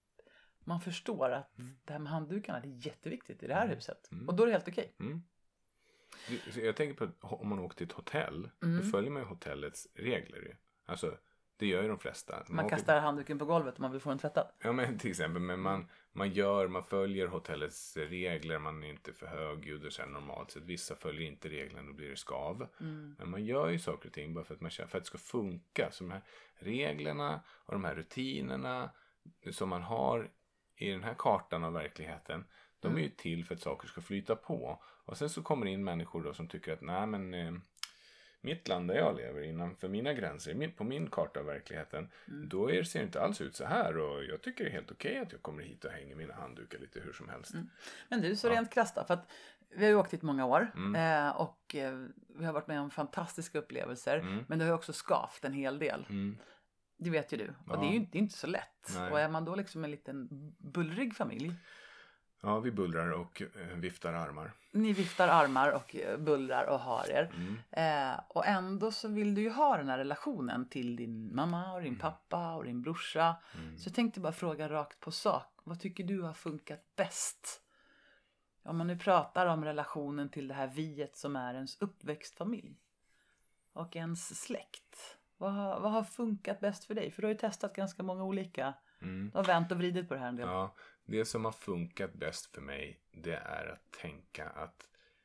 man förstår att Mm. det här med handdukarna det är jätteviktigt i det här Mm. huset. Mm. Och då är det helt okej. Mm. Det- så Jag tänker på att om man åker till ett hotell, Mm. då följer man ju hotellets regler ju. Alltså, det gör ju de flesta. Man åker- kastar handduken på golvet om man vill få den tvättad. Ja, men till exempel, men man, man gör, man följer hotellets regler, man är inte för högljudd och så här normalt sett. Vissa följer inte reglerna, då blir det skav. Mm. Men man gör ju saker och ting bara för att man känner, för att det ska funka. Så de här reglerna och de här rutinerna som man har i den här kartan av verkligheten, de är Mm. ju till för att saker ska flyta på. Och sen så kommer det in människor då som tycker att nej men eh, mitt land där jag lever innanför mina gränser, min- på min karta av verkligheten, Mm. då är, ser det inte alls ut så här. Och jag tycker det är helt okej att jag kommer hit och hänger mina handdukar lite hur som helst. Mm. Men du, så Ja. rent krasst då, för att vi har ju åkt hit många år Mm. eh, och eh, vi har varit med om fantastiska upplevelser. Mm. Men det har ju också skavt en hel del. Mm. Det vet ju du. Och Ja. det är ju inte, det är inte så lätt. Nej. Och är man då liksom en liten bullrig familj. Ja, vi bullrar och eh, viftar armar. Ni viftar armar och eh, bullrar och har er. Mm. Eh, och ändå så vill du ju ha den här relationen till din mamma och din Mm. pappa och din brorsa. Mm. Så jag tänkte bara fråga rakt på sak. Vad tycker du har funkat bäst? Om man nu pratar om relationen till det här viet som är ens uppväxtfamilj. Och ens släkt. Vad har, vad har funkat bäst för dig? För du har ju testat ganska många olika. Mm. Du har vänt och vridit på det här en del. Ja, det som har funkat bäst för mig, det är att tänka att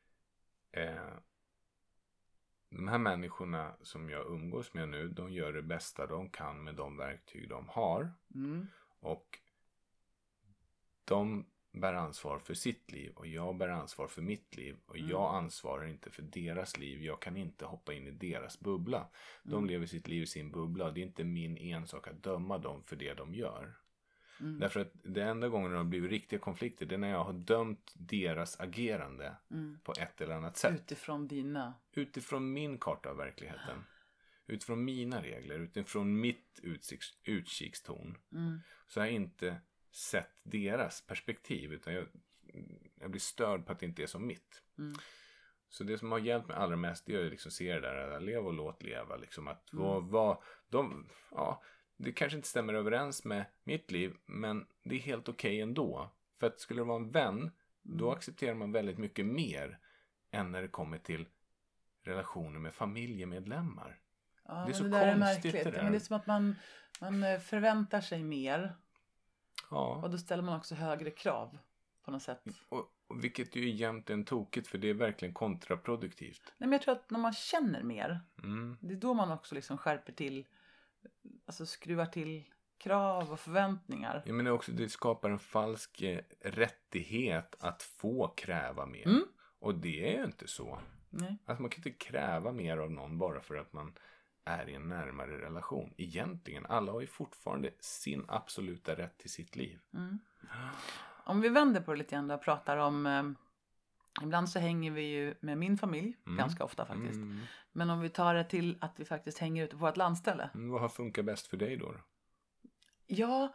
eh, de här människorna som jag umgås med nu, de gör det bästa de kan med de verktyg de har. Mm. Och de bär ansvar för sitt liv och jag bär ansvar för mitt liv. Och Mm. jag ansvarar inte för deras liv. Jag kan inte hoppa in i deras bubbla. De Mm. lever sitt liv i sin bubbla och det är inte min ensak att döma dem för det de gör. Mm. Därför att det enda gången det har blivit riktiga konflikter, det är när jag har dömt deras agerande Mm. på ett eller annat sätt. Utifrån dina. Utifrån min karta av verkligheten. Utifrån mina regler, utifrån mitt utsiks, utkikstorn. Mm. Så har jag inte sett deras perspektiv, utan jag, jag blir störd på att det inte är som mitt. Mm. Så det som har hjälpt mig allra mest, det är att liksom se det där, lev och låt leva. Liksom att Mm. vad, vad, de, ja, det kanske inte stämmer överens med mitt liv, men det är helt okej ändå. För att skulle det vara en vän, då accepterar man väldigt mycket mer än när det kommer till relationer med familjemedlemmar. Ja, det är men så det där är konstigt märkligt. det där. Men det är som att man, man eh, förväntar sig mer. Ja. Och då ställer man också högre krav på något sätt. Och, och vilket ju egentligen tokigt, för det är verkligen kontraproduktivt. Nej, men jag tror att när man känner mer, Mm. det är då man också liksom skärper till, alltså skruvar till krav och förväntningar. Jag menar också, det skapar en falsk eh, rättighet att få kräva mer. Mm. Och det är ju inte så. Nej. Alltså man kan inte kräva mer av någon bara för att man är i en närmare relation. Egentligen, alla har ju fortfarande sin absoluta rätt till sitt liv. Mm. Om vi vänder på det lite grann och pratar om, eh, ibland så hänger vi ju med min familj, Mm. ganska ofta faktiskt. Mm. Men om vi tar det till att vi faktiskt hänger ute på vårt landställe. Mm, vad har funkat bäst för dig då? då? Ja,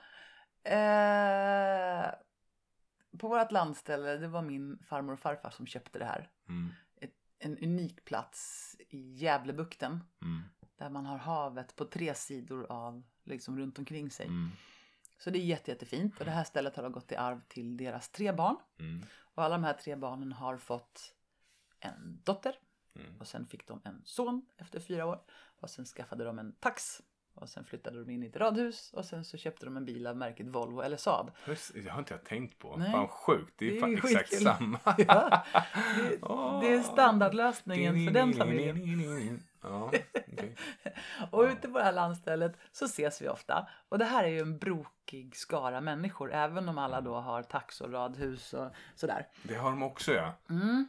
eh, på vårt landställe, det var min farmor och farfar som köpte det här. Mm. Ett, en unik plats i Gävlebukten. Mm. Där man har havet på tre sidor av, liksom runt omkring sig. Mm. Så det är jätte, jättefint. Och det här stället har gått i arv till deras tre barn. Mm. Och alla de här tre barnen har fått en dotter. Mm. Och sen fick de en son efter fyra år. Och sen skaffade de en tax. Och sen flyttade de in i ett radhus. Och sen så köpte de en bil av märket Volvo eller Saab. Det har inte jag tänkt på. Nej. Fan sjukt. Det är, Det är fan ju exakt skitkul. samma. Ja, det, Åh. det är standardlösningen för den familjen. Ja, okej. Och ute på det här landstället så ses vi ofta. Och det här är ju en brokig skara människor. Även om alla då har tax och radhus och sådär. Det har de också, ja. Mm.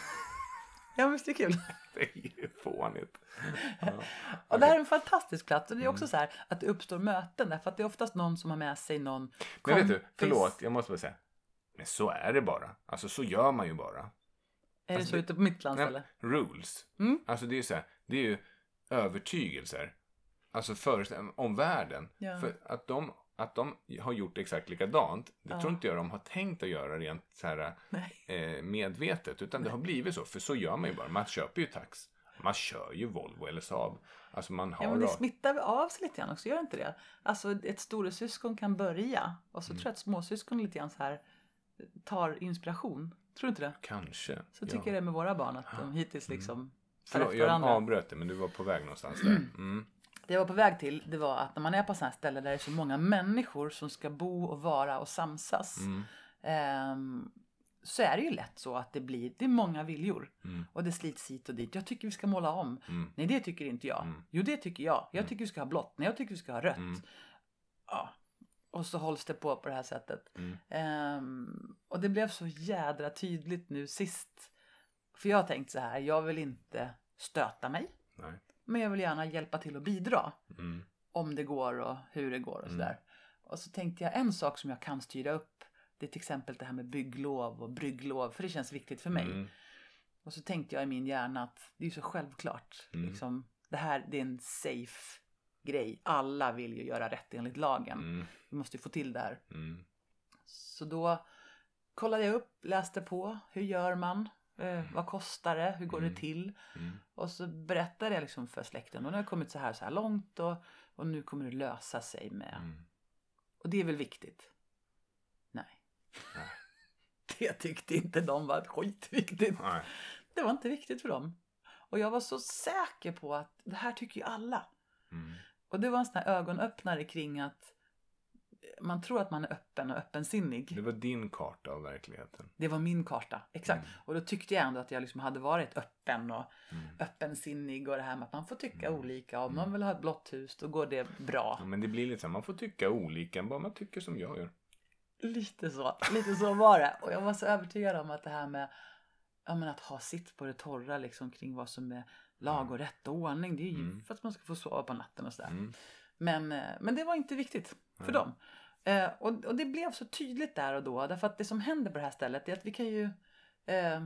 Ja, visst är det kul. Det är ju fånigt. Ja. Och det här är en fantastisk plats. Och det är också så här att det uppstår möten. Därför att det är oftast någon som har med sig någon Men vet du, kompis. förlåt, jag måste bara säga. Men så är det bara. Alltså så gör man ju bara. Är det Alltså, så det- ute på mitt landställe? Nej, rules. Mm. Alltså det är så här, det är ju övertygelser. Alltså föreställningar om världen. Ja. För att de, att de har gjort exakt likadant, det Ja. tror inte jag de har tänkt att göra rent så här Nej. eh, medvetet. Utan det har blivit så, för så gör man ju bara. Man köper ju tax. Man kör ju Volvo eller Saab. Alltså man har... Ja, men det ra- smittar väl av sig lite grann också, gör inte det? Alltså ett storasyskon kan börja. Och så Mm. tror jag att småsyskon lite grann så här tar inspiration. Tror du inte det? Kanske. Så tycker jag det är med våra barn. Att de hittills liksom tar Förlåt, efter jag varandra. avbröt det, men du var på väg någonstans där. Mm. Det jag var på väg till, det var att när man är på sådana här ställen där det är så många människor som ska bo och vara och samsas. Mm. ehm, så är det ju lätt så att det blir, det är många viljor. Mm. Och det slits hit och dit. Jag tycker vi ska måla om. Mm. Nej, det tycker inte jag. Mm. Jo, det tycker jag. Jag tycker vi ska ha blått. Nej, jag tycker vi ska ha rött. Mm. Ja. Och så hålls det på på det här sättet. Mm. Ehm, och det blev så jädra tydligt nu sist. För jag har tänkt så här, jag vill inte stöta mig. Nej. Men jag vill gärna hjälpa till att bidra. Mm. Om det går och hur det går och Mm. sådär. Och så tänkte jag en sak som jag kan styra upp. Det är till exempel det här med bygglov och brygglov. För det känns viktigt för mig. Mm. Och så tänkte jag i min hjärna att det är så självklart. Mm. Liksom, det här det är en safe grej. Alla vill ju göra rätt enligt lagen. Mm. Vi måste ju få till det här. Mm. Så då kollade jag upp, läste på. Hur gör man? Eh, vad kostar det? Hur går Mm. det till? Mm. Och så berättade jag liksom för släkten. Och nu har jag kommit så här så här långt. Och, och nu kommer det lösa sig med. Mm. Och det är väl viktigt? Nej. Nej. Det tyckte inte de var skitviktigt. Nej. Det var inte viktigt för dem. Och jag var så säker på att det här tycker ju alla. Mm. Och det var en sån här ögonöppnare kring att man tror att man är öppen och öppensinnig. Det var din karta av verkligheten. Det var min karta, exakt. Mm. Och då tyckte jag ändå att jag liksom hade varit öppen och Mm. öppensinnig. Och det här med att man får tycka Mm. olika. Om man vill ha ett blått hus, då går det bra. Ja, men det blir lite så här, man får tycka olika, bara man tycker som jag gör. Lite så, lite så var det. Och jag var så övertygad om att det här med ja, men att ha sitt på det torra liksom, kring vad som är lag och rätt och ordning. Det är ju Mm. för att man ska få sova på natten och sådär. Mm. Men, eh, men det var inte viktigt för Nej. dem. Eh, och, och det blev så tydligt där och då. Därför att det som händer på det här stället är att vi kan ju eh,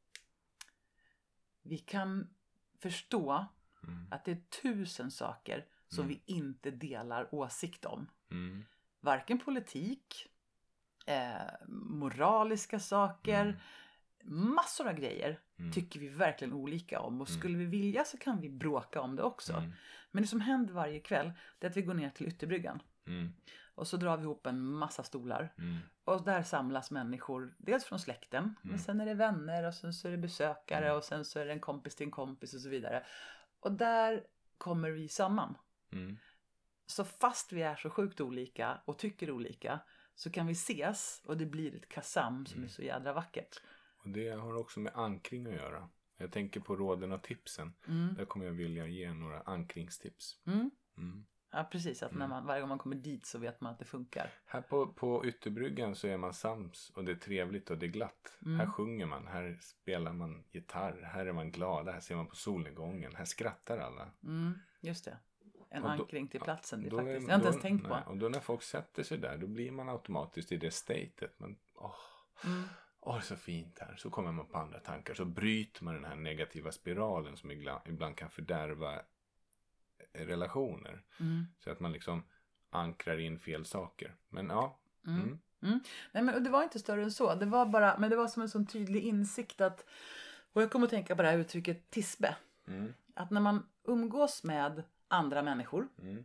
vi kan förstå Mm. att det är tusen saker som Mm. vi inte delar åsikt om. Mm. Varken politik, eh, moraliska saker, Mm. massor av grejer Mm. tycker vi verkligen olika om. Och skulle vi vilja så kan vi bråka om det också. Mm. Men det som händer varje kväll, det är att vi går ner till ytterbryggan. Mm. Och så drar vi ihop en massa stolar. Mm. Och där samlas människor, dels från släkten. Mm. Men sen är det vänner och sen så är det besökare. Mm. Och sen så är det en kompis till en kompis och så vidare. Och där kommer vi samman. Mm. Så fast vi är så sjukt olika och tycker olika, så kan vi ses och det blir ett kassam som är så jädra vackert. Och det har också med ankring att göra. Jag tänker på råden och tipsen. Mm. Där kommer jag vilja ge några ankringstips. Mm. Mm. Ja, precis. Att när man, varje gång man kommer dit så vet man att det funkar. Här på, på ytterbryggan så är man sams och det är trevligt och det är glatt. Mm. Här sjunger man, här spelar man gitarr, här är man glad, här ser man på solnedgången, här skrattar alla. Mm, just det. En Och då- ankring till platsen. Det är Då faktiskt, är- jag har inte då- ens tänkt på. nej, Och då när folk sätter sig där, då blir man automatiskt i det statet. Men, åh, Mm. åh, det är så fint här. Så kommer man på andra tankar. Så bryter man den här negativa spiralen som ibland, ibland kan fördärva relationer. Mm. Så att man liksom ankrar in fel saker. Men ja. Mm. Mm. Mm. Nej, men och det var inte större än så. Det var bara, men det var som en sån tydlig insikt att, och jag kommer att tänka på det här uttrycket tisbe. Mm. Att när man umgås med andra människor, Mm.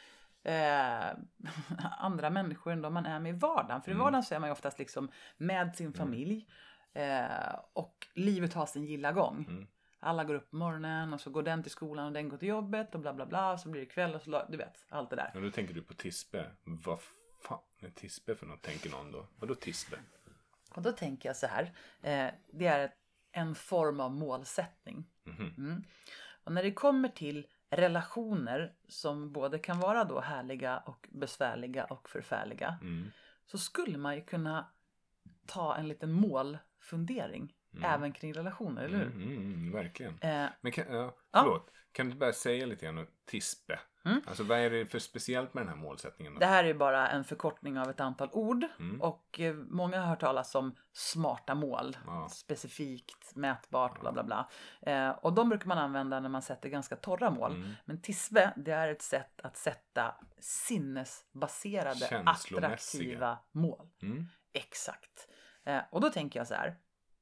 eh, andra människor än de man är med i vardagen. För i Mm. vardagen så är man ju oftast liksom med sin familj. Eh, och livet har sin gilla gång. Mm. Alla går upp på morgonen och så går den till skolan och den går till jobbet och bla bla bla. Och så blir det kväll och så, du vet, allt det där. Ja, då tänker du på tisbe. Vad fan är tisbe för något, tänker någon då? Vadå tisbe? Och då tänker jag så här. Eh, det är ett, en form av målsättning. Mhm. Mm. Och när det kommer till relationer som både kan vara då härliga och besvärliga och förfärliga. Mm. Så skulle man ju kunna ta en liten målfundering. Mm. Även kring relationer, eller hur? Mm, mm, mm, verkligen. Eh, Men kan, ja, Ja. förlåt. Kan du bara säga lite grann om tisbe? Mm. Alltså vad är det för speciellt med den här målsättningen då? det här är bara en förkortning av ett antal ord. Mm. Och eh, många har hört talas om smarta mål. Ja. Specifikt, mätbart, bla bla bla. Eh, och de brukar man använda när man sätter ganska torra mål. Mm. Men tisbe, det är ett sätt att sätta sinnesbaserade, Känslomässiga. attraktiva mål. Mm. Exakt. Eh, och då tänker jag så här.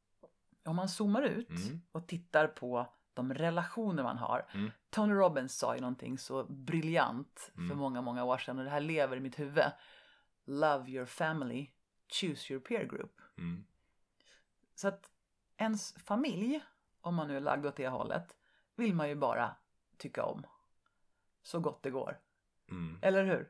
Om man zoomar ut Mm. och tittar på de relationer man har. Mm. Tony Robbins sa ju någonting så briljant för Mm. många, många år sedan. Och det här lever i mitt huvud. Love your family, choose your peer group. Mm. Så att ens familj, om man nu är lagd åt det hållet, vill man ju bara tycka om. Så gott det går. Mm. Eller hur?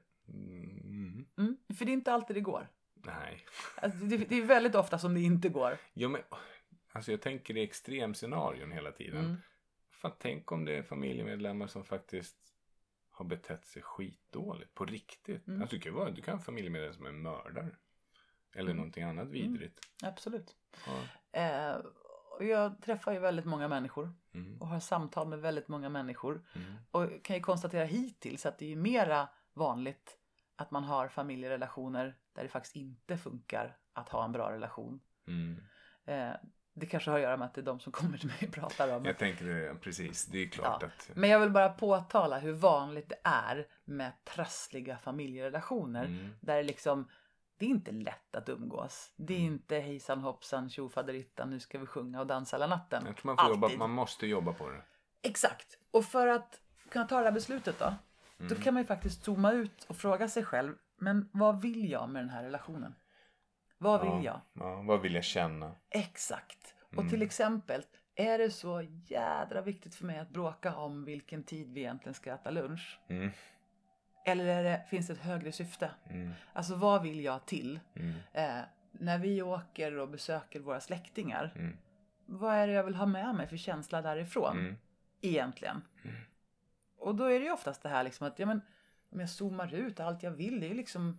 Mm. Mm. För det är inte alltid det går. Nej. Alltså, det, det är väldigt ofta som det inte går. Ja, men, alltså jag tänker i extremscenarion hela tiden. Mm. Fan, tänk om det är familjemedlemmar som faktiskt har betett sig skitdåligt. På riktigt. Mm. Alltså, du kan vara, du kan ha familjemedlemmar som är mördare. Eller Mm. någonting annat vidrigt. Absolut. Ja. Eh, och jag träffar ju väldigt många människor. Mm. Och har samtal med väldigt många människor. Mm. Och kan ju konstatera hittills att det är mera vanligt att man har familjerelationer där det faktiskt inte funkar att ha en bra relation. Mm. Eh, det kanske har att göra med att det är de som kommer till mig och pratar om. Jag tänker det, precis. Det är klart Ja. att... Men jag vill bara påtala hur vanligt det är med trassliga familjerelationer. Mm. Där det liksom, det är inte lätt att umgås. Det är Mm. inte hejsan hoppsan tjofaderittan, nu ska vi sjunga och dansa hela natten. Jag tror man får jobba, Alltid. man måste jobba på det. Exakt. Och för att kunna ta det här beslutet då. Mm. Då kan man ju faktiskt zooma ut och fråga sig själv. Men vad vill jag med den här relationen? Vad vill ja. jag? Ja, vad vill jag känna? Exakt. Och Mm. till exempel, är det så jädra viktigt för mig att bråka om vilken tid vi egentligen ska äta lunch? Mm. Eller är det, finns det ett högre syfte? Mm. Alltså vad vill jag till? Mm. Eh, när vi åker och besöker våra släktingar. Mm. Vad är det jag vill ha med mig för känsla därifrån? Mm. Egentligen. Mm. Och då är det ju oftast det här liksom att, ja men, om jag zoomar ut, allt jag vill det är ju liksom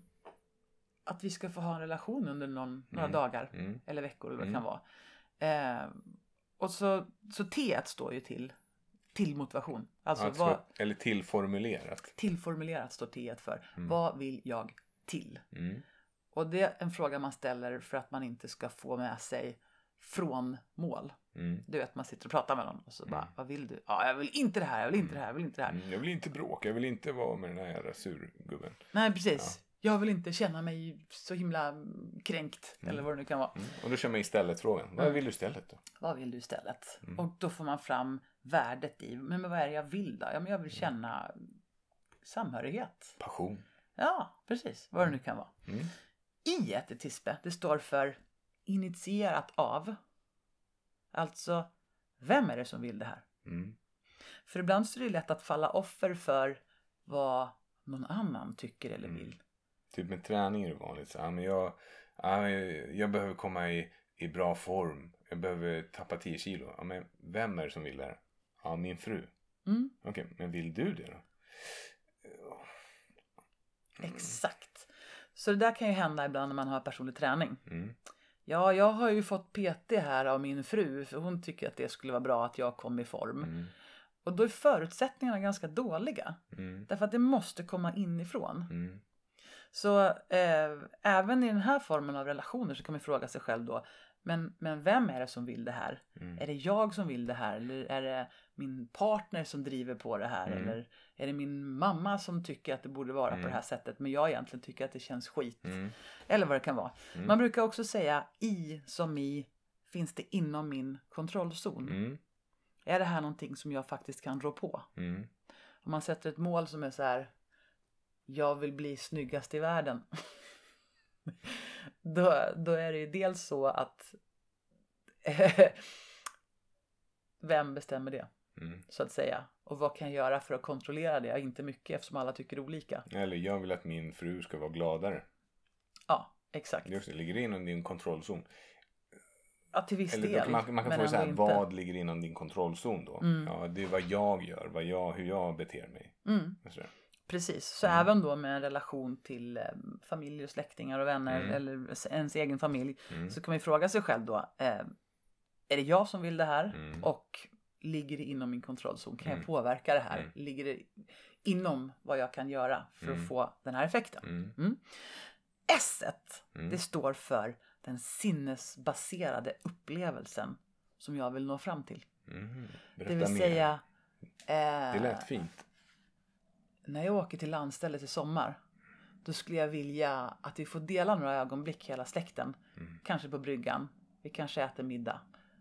att vi ska få ha en relation under någon, några Mm. dagar. Mm. Eller veckor eller vad det Mm. kan vara. Eh, och så, så T står ju till, till motivation. Alltså, Alltså, vad, eller tillformulerat. tillformulerat står T för. Mm. Vad vill jag till? Mm. Och det är en fråga man ställer för att man inte ska få med sig från mål. Mm. Du vet, man sitter och pratar med någon och så bara, Mm. vad vill du? Ja, jag vill inte det här, jag vill inte det här, jag vill inte det här. Mm. Jag vill inte bråka, jag vill inte vara med den här jävla surgubben. Nej, precis. jag vill inte känna mig så himla kränkt. Mm. Eller vad det nu kan vara. Mm. Och då kör man istället frågan. Vad Mm. vill du istället då? Vad vill du istället? Mm. Och då får man fram värdet i. Men vad är det jag vill då? Ja, men jag vill känna samhörighet. Passion. Ja, precis. Vad det nu kan vara. Mm. I ett tispe, det står för initierat av. Alltså, vem är det som vill det här? Mm. För ibland så är det lätt att falla offer för vad någon annan tycker eller Mm. vill. Typ med träning är det vanligt. Så, ja, men jag, ja, jag behöver komma i, i bra form. Jag behöver tappa tio kilo. Ja, men vem är det som vill det här? Ja, min fru. Mm. Okej, men vill du det då? Exakt. Så det där kan ju hända ibland när man har personlig träning. Mm. Ja, jag har ju fått P T här av min fru. För hon tycker att det skulle vara bra att jag kom i form. Mm. Och då är förutsättningarna ganska dåliga. Mm. Därför att det måste komma inifrån. Mm. Så eh, även i den här formen av relationer så kan man fråga sig själv då. Men, men vem är det som vill det här? Mm. Är det jag som vill det här? Eller är det min partner som driver på det här? Mm. Eller är det min mamma som tycker att det borde vara Mm. på det här sättet? Men jag egentligen tycker att det känns skit. Mm. Eller vad det kan vara. Mm. Man brukar också säga i som i finns det inom min kontrollzon. Mm. Är det här någonting som jag faktiskt kan rå på? Mm. Om man sätter ett mål som är så här: jag vill bli snyggast i världen. då, då är det ju dels så att vem bestämmer det, Mm. så att säga. Och vad kan jag göra för att kontrollera det? Inte mycket, eftersom alla tycker olika. Eller jag vill att min fru ska vara gladare. Ja, exakt. Just det, ligger det inom din kontrollzon? Ja, till viss Eller del. då, man, man kan men få så här, ändå inte. vad ligger inom din kontrollzon då? Mm. Ja, det är vad jag gör, vad jag, hur jag beter mig. Mm. Och sådär. Precis, så Mm. även då med en relation till eh, familj och släktingar och vänner Mm. eller ens egen familj, Mm. så kan man ju fråga sig själv då, eh, är det jag som vill det här? Mm. Och ligger det inom min kontrollzon? Kan Mm. jag påverka det här? Mm. Ligger det inom vad jag kan göra för Mm. att få den här effekten? Mm. Mm. S, Mm. det står för den sinnesbaserade upplevelsen som jag vill nå fram till. Mm. Det Berätta vill mer. säga, eh, Det lät fint. när jag åker till landstället i sommar, då skulle jag vilja att vi får dela några ögonblick hela släkten. Mm. Kanske på bryggan. Vi kanske äter middag.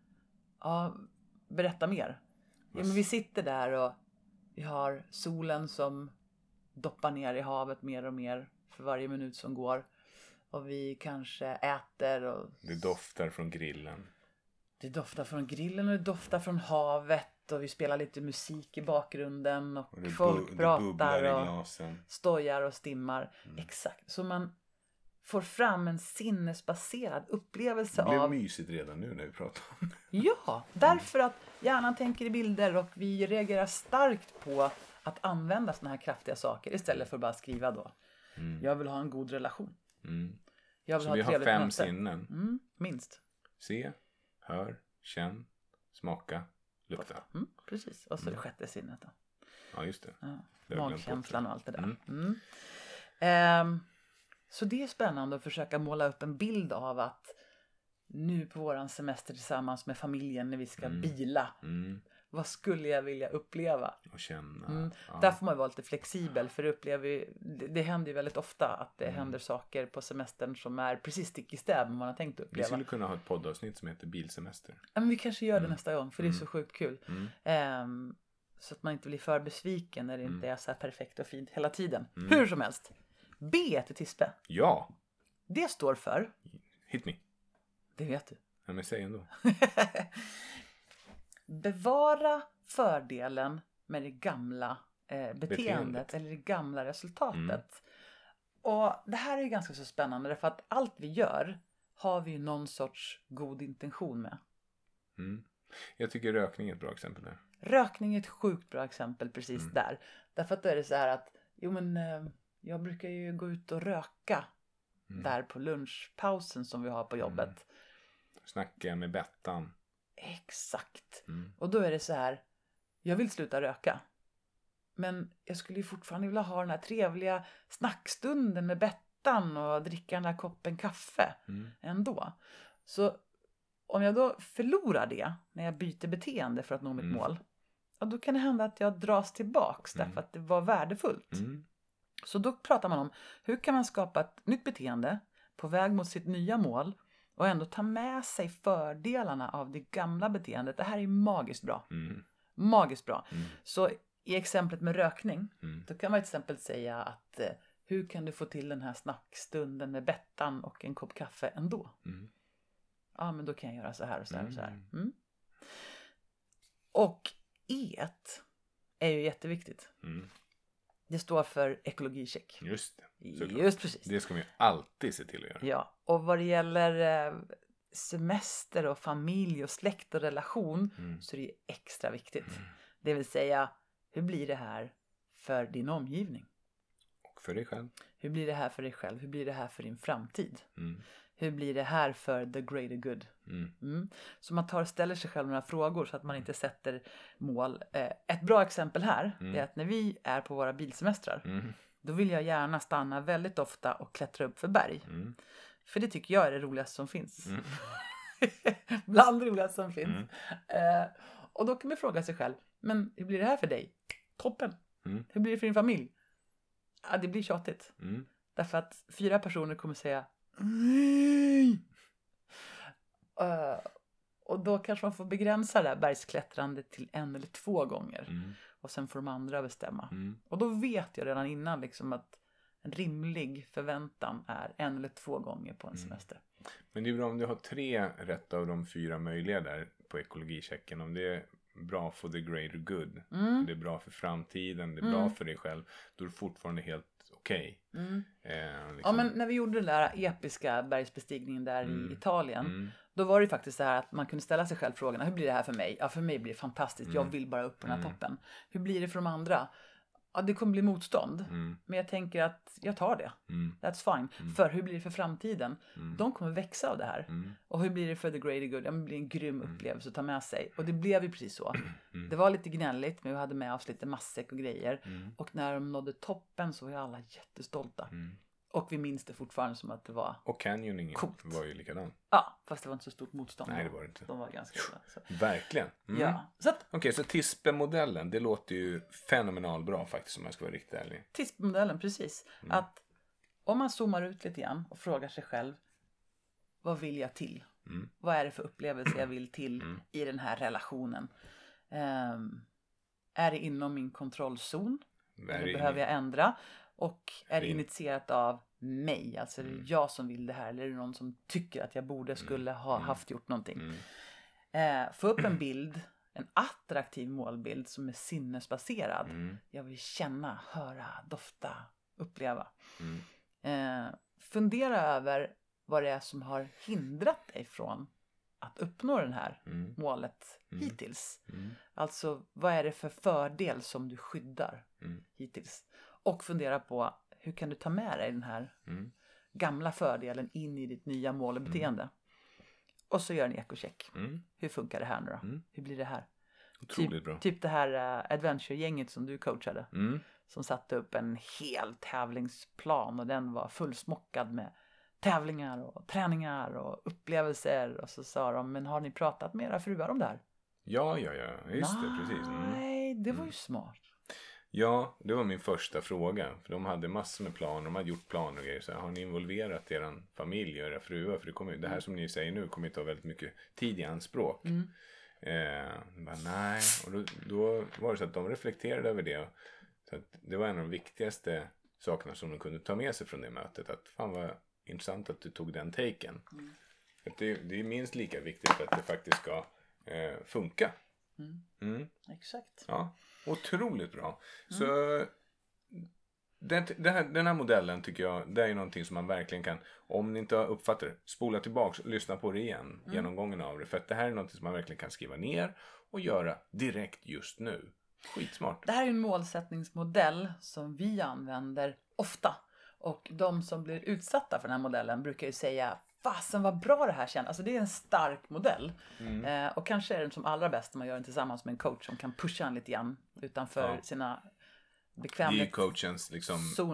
Ja, berätta mer. Ja, men vi sitter där och vi har solen som doppar ner i havet mer och mer för varje minut som går. Och vi kanske äter och Det doftar från grillen. det doftar från grillen och det doftar från havet. Och vi spelar lite musik i bakgrunden och, Och det, folk bu- det bubblar pratar i och glasen. stojar och stimmar. Mm. Exakt. Så man får fram en sinnesbaserad upplevelse Det blev av... mysigt redan nu när vi pratar om det. Ja, därför att hjärnan tänker i bilder och vi reagerar starkt på att använda såna här kraftiga saker istället för att bara skriva då. Mm. Jag vill ha en god relation. Mm. Jag vill Så ha vi ett har trevligt fem möte. sinnen. Mm, minst. Se, hör, känn, smaka, lukta. Mm, precis. Och så Mm. det sjätte sinnet då. Ja, just det. Ja, Det har jag glömt magkänslan och allt det där. Mm. Mm. Ehm, så det är spännande att försöka måla upp en bild av att nu på våran semester tillsammans med familjen när vi ska Mm. bila, Mm. vad skulle jag vilja uppleva? Och känna. Mm. Ja. Där får man vara lite flexibel, för det upplever vi, det, det händer ju väldigt ofta att det Mm. händer saker på semestern som är precis stick i stäv med vad man har tänkt Vi uppleva. skulle kunna ha ett poddavsnitt som heter bilsemester. Ja, men vi kanske gör det Mm. nästa gång, för det är Mm. så sjukt kul. Mm. Ehm, så att man inte blir för besviken när det Mm. inte är så här perfekt och fint hela tiden. Mm. Hur som helst. B till tispe. Ja, Det står för, hit me. det vet du. Ja, men säg ändå. Bevara fördelen med det gamla eh, beteendet, Beteendet. eller det gamla resultatet. Mm. Och det här är ju ganska så spännande, därför att allt vi gör har vi ju någon sorts god intention med. Mm. Jag tycker rökning är ett bra exempel där. Rökning är ett sjukt bra exempel precis Mm. där. Därför att då är det så här att, jo men eh, jag brukar ju gå ut och röka Mm. där på lunchpausen som vi har på jobbet. Mm. Snackar jag med Bettan. Exakt. Mm. Och då är det så här, jag vill sluta röka. Men jag skulle ju fortfarande vilja ha den här trevliga snackstunden med Bettan och dricka den där koppen kaffe Mm. ändå. Så om jag då förlorar det när jag byter beteende för att nå mitt Mm. mål, ja, då kan det hända att jag dras tillbaks Mm. därför att det var värdefullt. Mm. Så då pratar man om hur kan man skapa ett nytt beteende på väg mot sitt nya mål och ändå ta med sig fördelarna av det gamla beteendet. Det här är magiskt bra. Mm. Magiskt bra. Mm. Så i exemplet med rökning, Mm. då kan man till exempel säga att eh, hur kan du få till den här snackstunden med Bettan och en kopp kaffe ändå? Mm. Ja, men då kan jag göra så här och så här och så här. Mm. Mm. Och E är ju jätteviktigt. Mm. Det står för ekologicheck. Just det. såklart. Just precis. Det ska man ju alltid se till att göra. Ja, och vad det gäller eh, semester och familj och släkt och relation Mm. så är det ju extra viktigt. Det vill säga, hur blir det här för din omgivning? Och för dig själv. Hur blir det här för dig själv? Hur blir det här för din framtid? Mm. Hur blir det här för the greater good? Mm. Mm. Så man tar och ställer sig själv några frågor så att man inte sätter mål. Eh, ett bra exempel här Mm. är att när vi är på våra bilsemestrar, Mm. då vill jag gärna stanna väldigt ofta och klättra upp för berg. Mm. För det tycker jag är det roligaste som finns. Mm. Bland det roligaste som finns. Mm. Eh, och då kan man fråga sig själv, men hur blir det här för dig? Toppen. Mm. Hur blir det för din familj? Ja, det blir tjatigt. Mm. Därför att fyra personer kommer säga nej. Uh, och då kanske man får begränsa det här bergsklättrandet till en eller två gånger. Mm. Och sen får de andra bestämma. Mm. Och då vet jag redan innan liksom att en rimlig förväntan är en eller två gånger på en Mm. semester. Men det är bra om du har tre rätt av de fyra möjliga där på ekologichecken. Om det är bra för the greater good. Mm. Det är bra för framtiden. Det är Mm. bra för dig själv. Då är det fortfarande helt okej. Mm. Eh, Ja, liksom. men när vi gjorde den där episka bergsbestigningen där Mm. i Italien. Mm. Då var det ju faktiskt så här att man kunde ställa sig själv frågorna. Hur blir det här för mig? Ja, för mig blir det fantastiskt. Jag Mm. vill bara upp på den här Mm. toppen. Hur blir det för de andra? Ja, det kommer bli motstånd. Mm. Men jag tänker att jag tar det. Mm. That's fine. Mm. För hur blir det för framtiden? Mm. De kommer växa av det här. Mm. Och hur blir det för the greater good? Ja, men det blir en grym Mm. upplevelse att ta med sig. Och det blev ju precis så. Mm. Det var lite gnälligt, men vi hade med oss lite matsäck och grejer. Mm. Och när de nådde toppen så var ju alla jättestolta. Mm. Och vi minns det fortfarande som att det var... Och canyoningen Coolt. var ju likadan. Ja, fast det var inte så stort motstånd. Nej, då. det var det inte. De var ganska bra. Så. Verkligen. Mm. Ja, så att Okej, så Tispe-modellen, det låter ju fenomenal bra faktiskt om jag ska vara riktigt ärlig. T I S P-modellen, precis. Mm. Att om man zoomar ut lite grann och frågar sig själv, vad vill jag till? Mm. Vad är det för upplevelse jag vill till Mm. i den här relationen? Ehm, är det inom min kontrollzon? Är Eller det behöver jag ändra? Och är det Fin. initierat av mig? Alltså är det Mm. jag som vill det här? Eller är det någon som tycker att jag borde, skulle ha Mm. haft gjort någonting? Mm. Eh, få upp en bild, en attraktiv målbild som är sinnesbaserad. Mm. Jag vill känna, höra, dofta, uppleva. Mm. Eh, fundera över vad det är som har hindrat dig från att uppnå det här Mm. målet Mm. hittills. Mm. Alltså, vad är det för fördel som du skyddar Mm. hittills? Och fundera på, hur kan du ta med dig den här Mm. gamla fördelen in i ditt nya mål och beteende? Och så gör en ekocheck. Mm. Hur funkar det här nu då? Mm. Hur blir det här? Otroligt typ, bra. Typ det här uh, adventure-gänget som du coachade. Mm. Som satte upp en hel tävlingsplan och den var fullsmockad med tävlingar och träningar och upplevelser. Och så sa de, men har ni pratat med era fruar om det här? Ja, ja, ja. Just det, precis. Mm. Nej, det var ju Mm. smart. Ja, det var min första fråga. För de hade massor med planer. De hade gjort planer och grejer. Så här, har ni involverat er familj och era fruar? För det, kommer, det här som ni säger nu kommer att ta väldigt mycket tid i anspråk. Mm. Eh, bara, nej. Och då, då var det så att de reflekterade över det. Så att det var en av de viktigaste sakerna som de kunde ta med sig från det mötet. Att fan vad intressant att du tog den taken. Mm. För att det, det är minst lika viktigt för att det faktiskt ska eh, funka. Mm. Mm. Exakt. Ja, otroligt bra. Så den, den, här, den här modellen tycker jag, det är någonting som man verkligen kan, om ni inte har uppfattat det, spola tillbaka och lyssna på det igen, Mm. genomgången av det. För att det här är någonting som man verkligen kan skriva ner och göra direkt just nu. Skitsmart. Det här är en målsättningsmodell som vi använder ofta. Och de som blir utsatta för den här modellen brukar ju säga, fasen vad bra det här känns. Alltså det är en stark modell. Mm. Eh, och kanske är den som allra bäst om man gör den tillsammans med en coach som kan pusha en lite grann utanför Ja. sina Det är ju bekvämlighetszoner. coachens liksom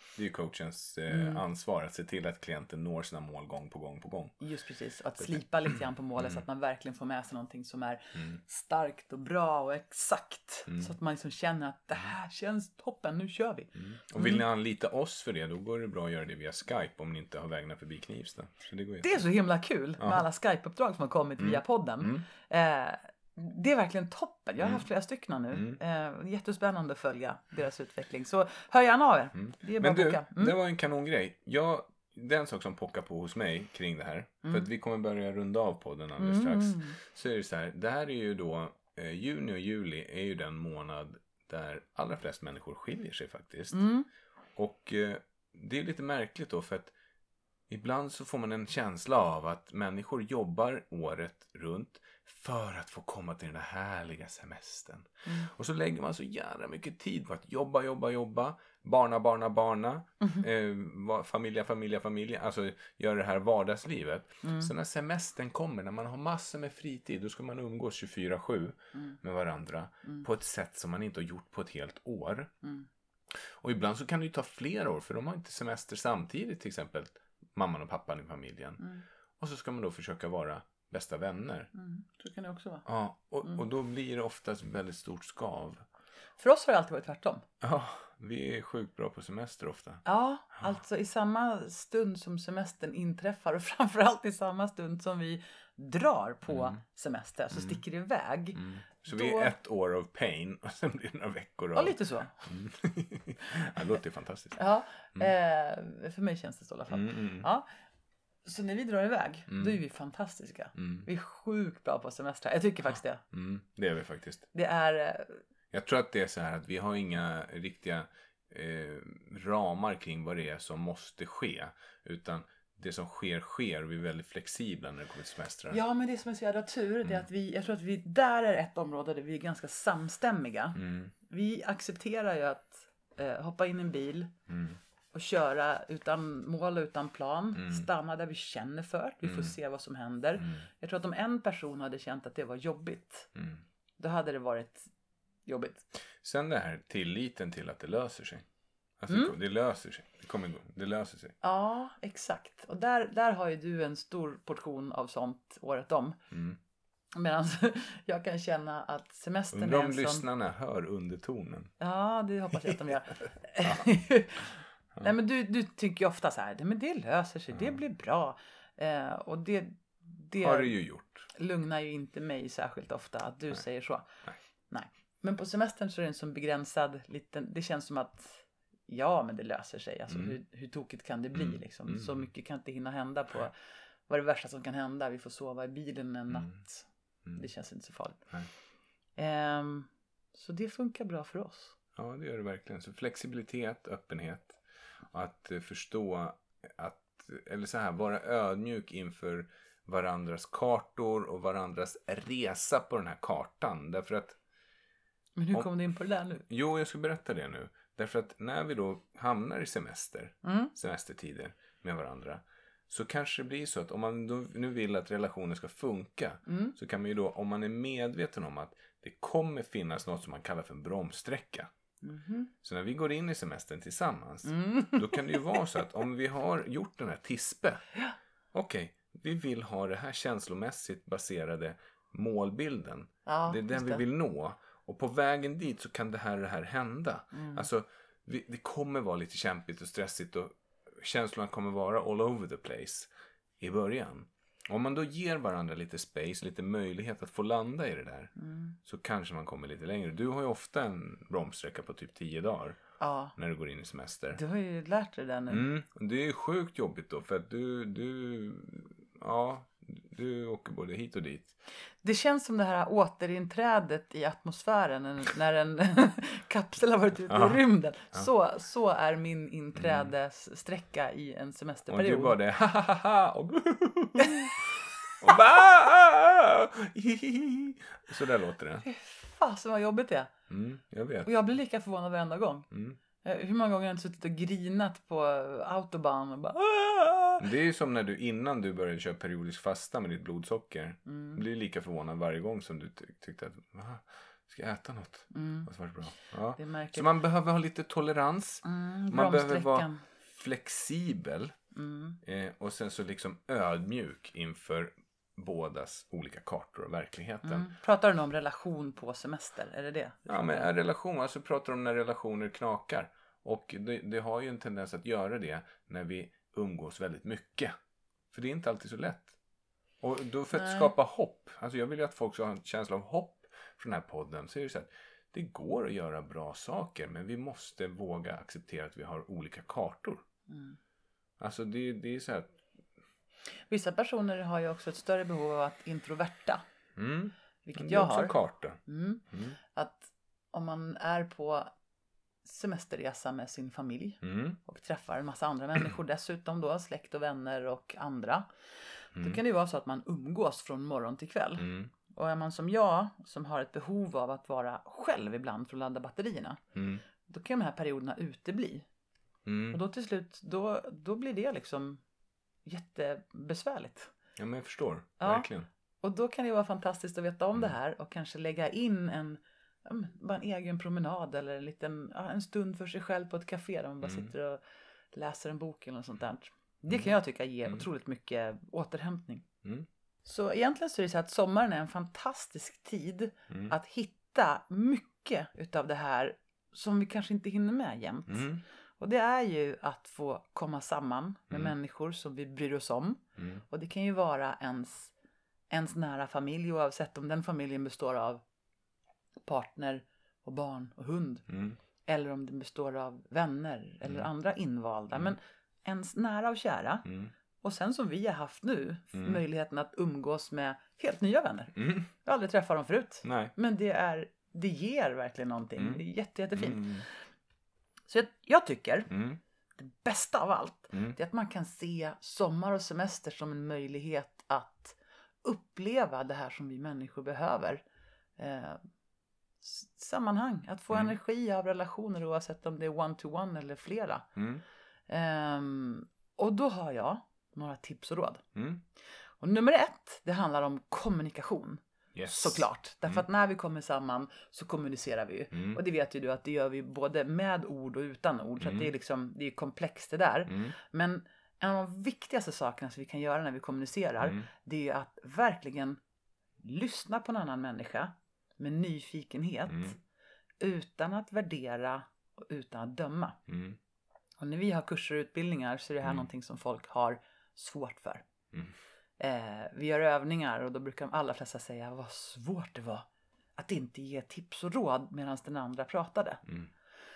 Det är ju coachens eh, Mm. ansvar att se till att klienten når sina mål gång på gång på gång. Just precis. Och att slipa lite grann på målet Mm. så att man verkligen får med sig någonting som är Mm. starkt och bra och exakt. Mm. Så att man liksom känner att det här känns toppen, nu kör vi. Mm. Och vill ni anlita oss för det, då går det bra att göra det via Skype om ni inte har vägarna förbi Knivsta. Så det går Det är så himla kul Ja. med alla Skype-uppdrag som har kommit via podden. Mm. Eh, det är verkligen toppen. Jag har Mm. haft flera stycken nu. Mm. Eh, jättespännande att följa deras utveckling. Så hör gärna av er. Mm. Det är bara Men att du, boka. Mm. det var en kanongrej. Jag, det är en sak som pockar på hos mig kring det här. För att vi kommer börja runda av podden alldeles strax. Mm. Så är det så här, det här är ju då, eh, juni och juli är ju den månad där allra flest människor skiljer sig faktiskt. Mm. Och eh, det är lite märkligt då för att ibland så får man en känsla av att människor jobbar året runt för att få komma till den här härliga semestern. Mm. Och så lägger man så jävla mycket tid på att jobba, jobba, jobba. Barna, barna, barna. Mm. Eh, va- familja, familja, familja. Alltså göra det här vardagslivet. Mm. Så när semestern kommer, när man har massor med fritid, då ska man umgås tjugofyra sju Mm. med varandra. Mm. På ett sätt som man inte har gjort på ett helt år. Mm. Och ibland så kan det ju ta flera år, för de har inte semester samtidigt, till exempel mamman och pappan i familjen. Mm. Och så ska man då försöka vara bästa vänner. Mm. Så kan det också vara. Ja, och, Mm. och då blir det oftast väldigt stort skav. För oss har det alltid varit tvärtom. Ja, vi är sjukt bra på semester ofta. Ja, alltså i samma stund som semestern inträffar och framförallt i samma stund som vi drar på Mm. semester så Mm. sticker det iväg. Mm. Så Då- vi är ett år av pain och sen blir det några veckor av... Ja, lite så. Mm. Ja, det låter ju fantastiskt. Ja, eh, för mig känns det så i alla fall. Mm, mm, Ja. Så när vi drar iväg, Mm. då är vi fantastiska. mm, Vi är sjukt bra på semester. Jag tycker faktiskt det. mm. Det är vi faktiskt. Det är... eh, Jag tror att det är så här att vi har inga riktiga eh, ramar kring vad det är som måste ske. Utan det som sker, sker. Vi är väldigt flexibla när det kommer till semestrar. Ja, men det som är så jävla tur det är Mm. att vi, jag tror att vi, där är ett område där vi är ganska samstämmiga. Mm, Vi accepterar ju att eh, hoppa in i en bil mm, och köra utan mål och utan plan. Mm. Stanna där vi känner för. Vi får Mm. se vad som händer. mm, Jag tror att om en person hade känt att det var jobbigt, mm. då hade det varit jobbigt. Sen det här tilliten till att det löser sig. Alltså Mm. det löser sig. Det kommer gå. Det löser sig. Ja, exakt. Och där, där har ju du en stor portion av sånt året om. Mm. Medan jag kan känna att semestern Undrar är om en sån... lyssnarna hör undertonen. Ja, det hoppas jag att de gör. Nej, men du, du tycker ju ofta så här, men det löser sig, det blir bra. Eh, och det, det Har det ju gjort. lugnar ju inte mig särskilt ofta att du Nej. säger så. Nej. Nej. Men på semestern så är det en sån begränsad liten, det känns som att ja, men det löser sig. Alltså Mm. hur, hur tokigt kan det bli Mm. liksom? Mm. Så mycket kan inte hinna hända på, vad är det värsta som kan hända? Vi får sova i bilen en Mm. natt. Mm. Det känns inte så farligt. Nej. Ehm, så det funkar bra för oss. Ja, det gör det verkligen. Så flexibilitet, öppenhet. Och att eh, förstå att, eller så här, vara ödmjuk inför varandras kartor och varandras resa på den här kartan. Därför att, Men hur Om- kom du in på det där nu? jo, jag ska berätta det nu. Därför att när vi då hamnar i semester, Mm. semestertider med varandra, så kanske det blir så att om man då, nu vill att relationen ska funka, Mm. så kan man ju då, om man är medveten om att det kommer finnas något som man kallar för en bromssträcka. Mhm. Så när vi går in i semestern tillsammans, Mm. då kan det ju vara så att om vi har gjort den här tispe, okej, vi vill ha det här känslomässigt baserade målbilden. Ja, Det är den just vi det. vill nå. Och på vägen dit så kan det här och det här hända. Mm. Alltså, vi, det kommer vara lite kämpigt och stressigt och känslan kommer vara all over the place i början. Om man då ger varandra lite space, lite möjlighet att få landa i det där, Mm. så kanske man kommer lite längre. Du har ju ofta en bromssträcka på typ tio dagar Ja, när du går in i semester. du har ju lärt dig det nu. Mm, och det är sjukt jobbigt då, för att du, du, ja, du åker både hit och dit. Det känns som det här återinträdet i atmosfären när- när en kapsel har varit ute Ja. i rymden. Så, så är min inträdessträcka i en Och det är semesterperiod. bara det, ha ha ha ha, och, och bara, så där låter det. Fasen vad jobbigt det är. Mm, jag vet. Och jag blir lika förvånad varenda gång. Mm. Eh, Hur många gånger har jag inte suttit och grinat på autobahn och bara "Ah!" Det är ju som när du innan du började köra periodisk fasta med ditt blodsocker. Mm. Du blir lika förvånad varje gång som du ty- tyckte att, va? ska jag äta något? Mm. Och så var det bra. Ja. Det märker... Så man behöver ha lite tolerans. Mm, man behöver vara flexibel. Mm. Eh, och sen så liksom ödmjuk inför bådas olika kartor och verkligheten. Mm. Pratar du om relation på semester? Är det det? Ja, men en relation, alltså pratar om när relationer knakar. Och det, det har ju en tendens att göra det när vi umgås väldigt mycket. För det är inte alltid så lätt. Och då för att Nej. skapa hopp, alltså jag vill ju att folk ska ha en känsla av hopp från den här podden, så är det så att det går att göra bra saker, men vi måste våga acceptera att vi har olika kartor. Mm. Alltså det, det är så här... Vissa personer har ju också ett större behov av att introverta. Mm. Vilket Det är jag också har. en karta. Mm. Mm. Att om man är på semesterresa med sin familj Mm. och träffar en massa andra människor dessutom då, släkt och vänner och andra. Mm. Då kan det ju vara så att man umgås från morgon till kväll. Mm. Och är man som jag, som har ett behov av att vara själv ibland för att ladda batterierna. Mm. Då kan de här perioderna utebli. Mm. Och då till slut, då, då blir det liksom jättebesvärligt. Ja, men jag förstår. Ja. Verkligen. Och då kan det vara fantastiskt att veta om Mm. det här och kanske lägga in en, ja, men bara en egen promenad eller en, liten, ja, en stund för sig själv på ett café där man bara Mm. sitter och läser en bok eller något sånt där. Det kan jag tycka ger Mm. otroligt mycket återhämtning. Mm. Så egentligen så är det så att sommaren är en fantastisk tid Mm. att hitta mycket utav det här som vi kanske inte hinner med jämt. Mm. Och det är ju att få komma samman med Mm. människor som vi bryr oss om. Mm. Och det kan ju vara ens, ens nära familj, oavsett om den familjen består av partner och barn och hund. Mm. Eller om den består av vänner eller Mm. andra invalda. Mm. Men ens nära och kära. Mm. Och sen som vi har haft nu, Mm. möjligheten att umgås med helt nya vänner. Mm. Jag har aldrig träffat dem förut. Nej. Men det, är, det ger verkligen någonting. Mm. Det är jätte, jättefint. Mm. Så jag, jag tycker, Mm. det bästa av allt, Mm. det är att man kan se sommar och semester som en möjlighet att uppleva det här som vi människor behöver. Eh, s- sammanhang, att få Mm. energi av relationer oavsett om det är one-to-one eller flera. Mm. Ehm, och då har jag några tips och råd. Mm. Och nummer ett, det handlar om kommunikation. Yes. Såklart. Därför Mm. att när vi kommer samman så kommunicerar vi ju. Mm. Och det vet ju du att det gör vi både med ord och utan ord. Så att Mm. det är liksom, det är komplext det där. Mm. Men en av de viktigaste sakerna som vi kan göra när vi kommunicerar, Mm. det är att verkligen lyssna på en annan människa med nyfikenhet. Mm. Utan att värdera och utan att döma. Mm. Och när vi har kurser och utbildningar så är det här Mm. någonting som folk har svårt för. Mm. Eh, vi gör övningar och då brukar de allra flesta säga vad svårt det var att inte ge tips och råd medan den andra pratade. Mm.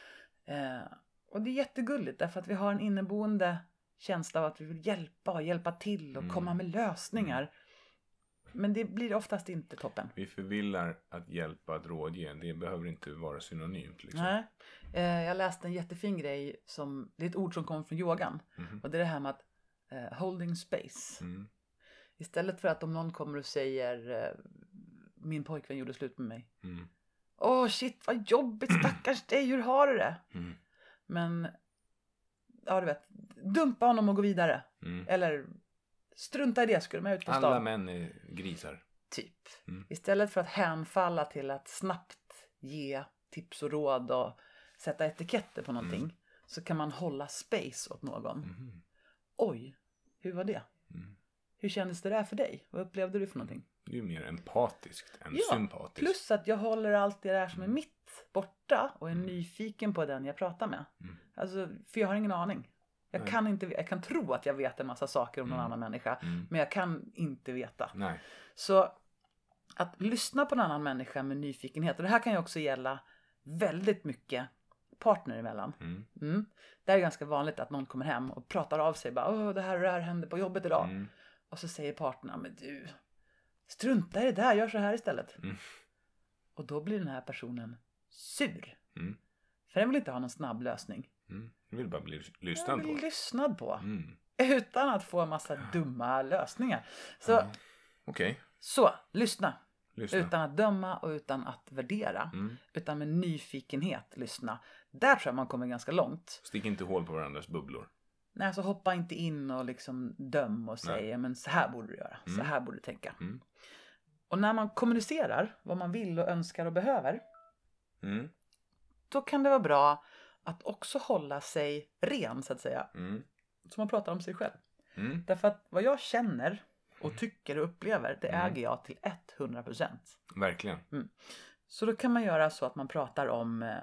Eh, och det är jättegulligt därför att vi har en inneboende känsla av att vi vill hjälpa och hjälpa till och Mm. komma med lösningar. Men det blir oftast inte toppen. Vi förvillar att hjälpa, att rådge. Det behöver inte vara synonymt. Liksom. Nej. Eh, jag läste en jättefin grej som, det är ett ord som kommer från yogan. Mm. Och det är det här med att eh, holding space. Mm. Istället för att om någon kommer och säger eh, min pojkvän gjorde slut med mig. Mm. Åh shit vad jobbigt, stackars dig, hur har du det? Mm. Men, ja du vet, dumpa honom och gå vidare. Mm. Eller strunta i det, skulle man ut på Alla stan. män är grisar. Typ. Mm. Istället för att hänfalla till att snabbt ge tips och råd och sätta etiketter på någonting. Mm. Så kan man hålla space åt någon. Mm. Oj, hur var det? Mm. Hur kändes det där för dig? Vad upplevde du för någonting? Det är ju mer empatiskt än Ja, sympatiskt. Plus att jag håller allt det där som är Mm. mitt borta och är Mm. nyfiken på den jag pratar med. Mm. Alltså, för jag har ingen aning. Jag Nej. kan, inte, jag kan tro att jag vet en massa saker om någon Mm. annan människa. Mm. Men jag kan inte veta. Nej. Så att lyssna på en annan människa med nyfikenhet. Och det här kan ju också gälla väldigt mycket partner emellan. Mm. Mm. Det är ganska vanligt att någon kommer hem och pratar av sig. Bara, åh det här och det här hände på jobbet idag. Mm. Och så säger partnern, men du, strunta i det där, gör så här istället. Mm. Och då blir den här personen sur. Mm. För den vill inte ha någon snabb lösning. Mm. Jag vill bara bli Den lyssnad vill på. lyssnad på. Mm. Utan att få en massa dumma lösningar. Så, Ja. Okej. så lyssna. Lyssna. Utan att döma och utan att värdera. Mm. Utan med nyfikenhet lyssna. Där tror jag man kommer ganska långt. Stick inte hål på varandras bubblor. Nej, alltså hoppa inte in och liksom döm och säga, men så här borde du göra. Så Mm. här borde du tänka. Mm. Och när man kommunicerar vad man vill och önskar och behöver, Mm. då kan det vara bra att också hålla sig ren, så att säga. Mm. Så man pratar om sig själv. Mm. Därför att vad jag känner och tycker och upplever, det Mm. äger jag till hundra procent. Verkligen. Så då kan man göra så att man pratar om eh,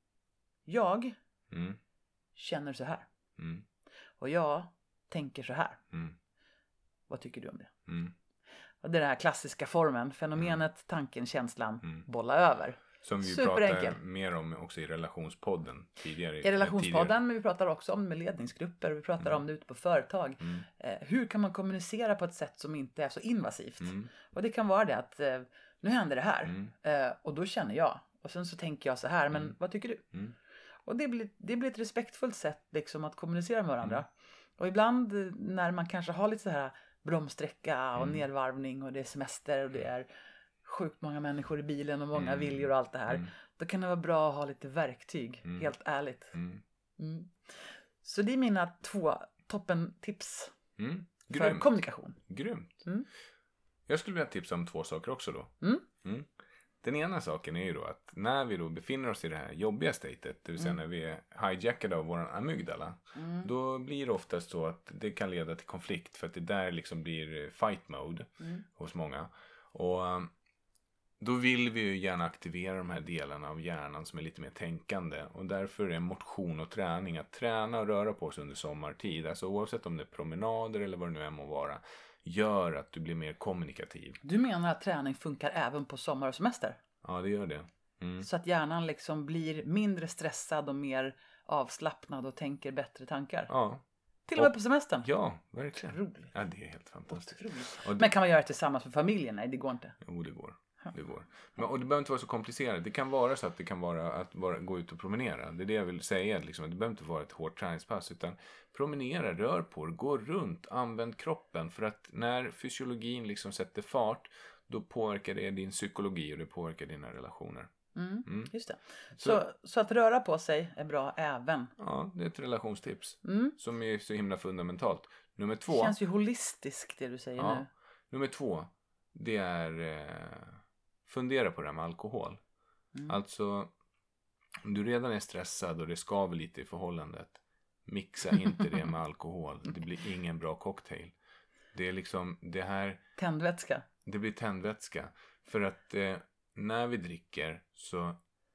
jag Mm. känner så här. Mm. Och jag tänker så här. Mm. Vad tycker du om det? Mm. Och det är den här klassiska formen. Fenomenet, tanken, känslan, Mm. bolla över. Som vi Superenkel. pratar mer om också i relationspodden tidigare. I relationspodden, tidigare. men vi pratar också om med ledningsgrupper. Vi pratar Mm. om det ute på företag. Mm. Eh, hur kan man kommunicera på ett sätt som inte är så invasivt? Mm. Och det kan vara det att eh, nu händer det här. Mm. Eh, och då känner jag. Och sen så tänker jag så här, men Mm. vad tycker du? Mm. Och det blir, det blir ett respektfullt sätt liksom att kommunicera med varandra. Mm. Och ibland eh, när man kanske har lite så här bromssträcka och Mm. nedvarvning och det är semester och det är sjukt många människor i bilen och många Mm. viljor och allt det här. Mm. Då kan det vara bra att ha lite verktyg, Mm. helt ärligt. Mm. Mm. Så det är mina två toppen tips Mm. för Grymt. kommunikation. Grymt. Mm. Jag skulle vilja tipsa om två saker också då. Mm. Mm. Den ena saken är ju då att när vi då befinner oss i det här jobbiga statet, det vill säga Mm. när vi är hijackade av våran amygdala, Mm. då blir det oftast så att det kan leda till konflikt för att det där liksom blir fight mode Mm. hos många. Och um, då vill vi ju gärna aktivera de här delarna av hjärnan som är lite mer tänkande. Och därför är motion och träning, att träna och röra på sig under sommartid, alltså oavsett om det är promenader eller vad det nu än må vara, gör att du blir mer kommunikativ. Du menar att träning funkar även på sommar och semester? Ja, det gör det. Mm. Så att hjärnan liksom blir mindre stressad och mer avslappnad och tänker bättre tankar? Ja, Till och med på semestern? ja, verkligen. Otroligt. Ja, det är helt fantastiskt. Otroligt. Och det, Men kan man göra det tillsammans med familjen? Nej, det går inte. jo, det går. Det går. Men, och det behöver inte vara så komplicerat. Det kan vara så att det kan vara att bara gå ut och promenera. Det är det jag vill säga. Liksom. Det behöver inte vara ett hårt träningspass. Utan promenera, rör på det, gå runt, använd kroppen. För att när fysiologin liksom sätter fart, då påverkar det din psykologi och det påverkar dina relationer. Mm, Mm. just det. Så- Så, så att röra på sig är bra även. Ja, det är ett relationstips. Mm. Som är så himla fundamentalt. Nummer två. Det känns ju holistiskt det du säger Ja. nu. Nummer två. Det är eh, fundera på det här med alkohol. Mm. Alltså, om du redan är stressad och det skaver lite i förhållandet, mixa inte det med alkohol. Det blir ingen bra cocktail. Det är liksom det här, Tändvätska. det blir tändvätska. För att eh, när vi dricker så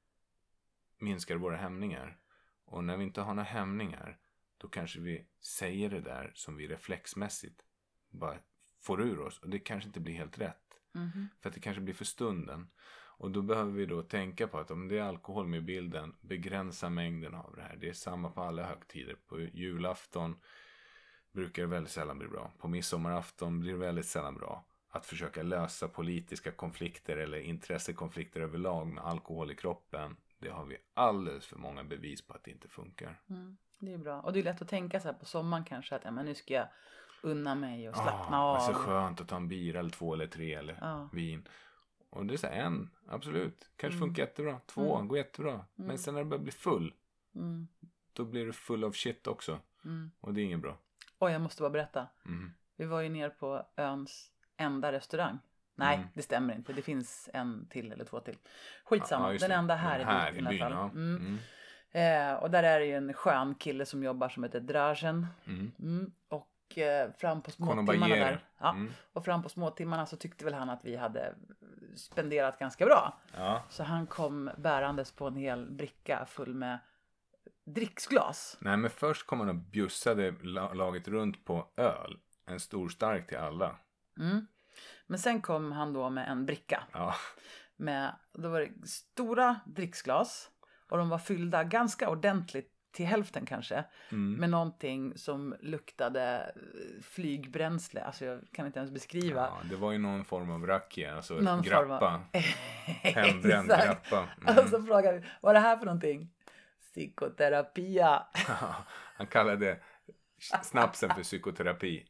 minskar våra hämningar. Och när vi inte har några hämningar, då kanske vi säger det där som vi reflexmässigt bara får ur oss. Och det kanske inte blir helt rätt. Mhm. För att det kanske blir för stunden. Och då behöver vi då tänka på att om det är alkohol med i bilden, begränsa mängden av det här. Det är samma på alla högtider. På julafton brukar det väldigt sällan bli bra. På midsommarafton blir det väldigt sällan bra. Att försöka lösa politiska konflikter eller intressekonflikter överlag med alkohol i kroppen. Det har vi alldeles för många bevis på att det inte funkar. Mm. Det är bra. Och det är lätt att tänka så här på sommaren kanske att ja, men nu ska jag unna mig och slappna Ah, av. det är så skönt att ta en bira eller två eller tre eller Ja. vin. Och det är så här, en, absolut. Kanske Mm. funkar jättebra. Två, Mm. går jättebra. Mm. Men sen när du börjar bli full, Mm. då blir du full av shit också. Mm. Och det är inget bra. Oj, jag måste bara berätta. Mm. Vi var ju ner på öns enda restaurang. Nej, Mm. det stämmer inte. Det finns en till eller två till. Skitsamma. Ja, just Den det. enda här, Den i här byn, i i alla byn, fall. ja. Mm. Mm. Eh, och där är det ju en skön kille som jobbar som heter Dragen. Mm. Mm. Och eh, fram på småtimmarna Konobayer. där. Ja. Mm. Och fram på småtimmarna så tyckte väl han att vi hade spenderat ganska bra. Ja. Så han kom bärandes på en hel bricka full med dricksglas. Nej, men först kom han och bjussade la- laget runt på öl. En stor stark till alla. Mm. Men sen kom han då med en bricka. Ja. Med, då var det stora dricksglas. Och de var fyllda ganska ordentligt, till hälften kanske. Mm. Med någonting som luktade eh, flygbränsle. Alltså jag kan inte ens beskriva. Ja, det var ju någon form av rakia. Alltså Någon form av- grappa. Hembränd Exakt. grappa. Mm. Och så frågade vi, vad är det här för någonting? Psykoterapia. Han kallade snapsen för psykoterapi.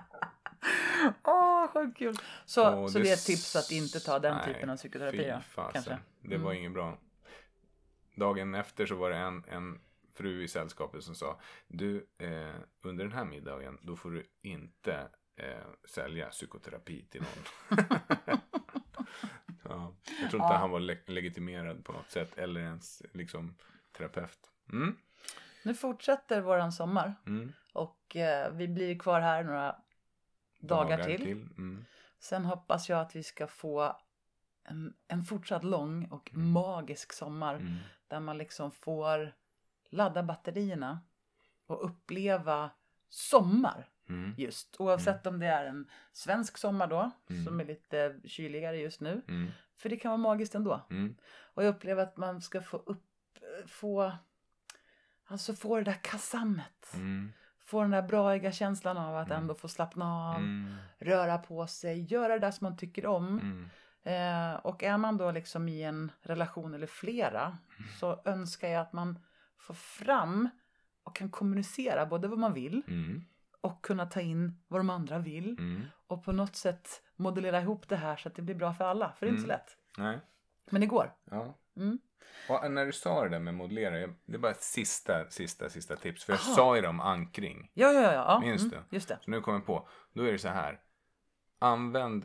Åh, sjukt kul. Så, Och så det det är ett tips att inte ta den Nej, typen av psykoterapi fy då, fasen. kanske. Det var Mm. inget bra. Dagen efter så var det en, en fru i sällskapet som sa, du, eh, under den här middagen då får du inte eh, sälja psykoterapi till någon. Jag tror inte Ja. han var le- legitimerad på något sätt. Eller ens liksom terapeut. Mm. Nu fortsätter våran sommar. Mm. Och eh, vi blir kvar här några dagar, till. Mm. Sen hoppas jag att vi ska få en, en fortsatt lång och Mm. magisk sommar. Mm. Där man liksom får ladda batterierna och uppleva sommar. Mm. Just oavsett om det är en svensk sommar då. Mm. Som är lite kyligare just nu. Mm. För det kan vara magiskt ändå. Mm. Och jag upplever att man ska få upp, få, alltså få det där kassammet. Mm. Få den där braiga känslan av att Mm. ändå få slappna av. Mm. Röra på sig. Göra det där som man tycker om. Mm. Eh, och är man då liksom i en relation eller flera. Så önskar jag att man får fram och kan kommunicera både vad man vill. Mm. Och kunna ta in vad de andra vill. Mm. Och på något sätt modellera ihop det här så att det blir bra för alla. För det är inte så Mm. lätt. Nej. Men det går. Ja. Mm. Och när du sa det där med modellera, jag- det är bara ett sista, sista, sista tips. För jag Aha. sa ju det om ankring. Ja, ja, ja. ja. Minns Mm, du? just det. Så nu kommer jag på, då är det så här. Använd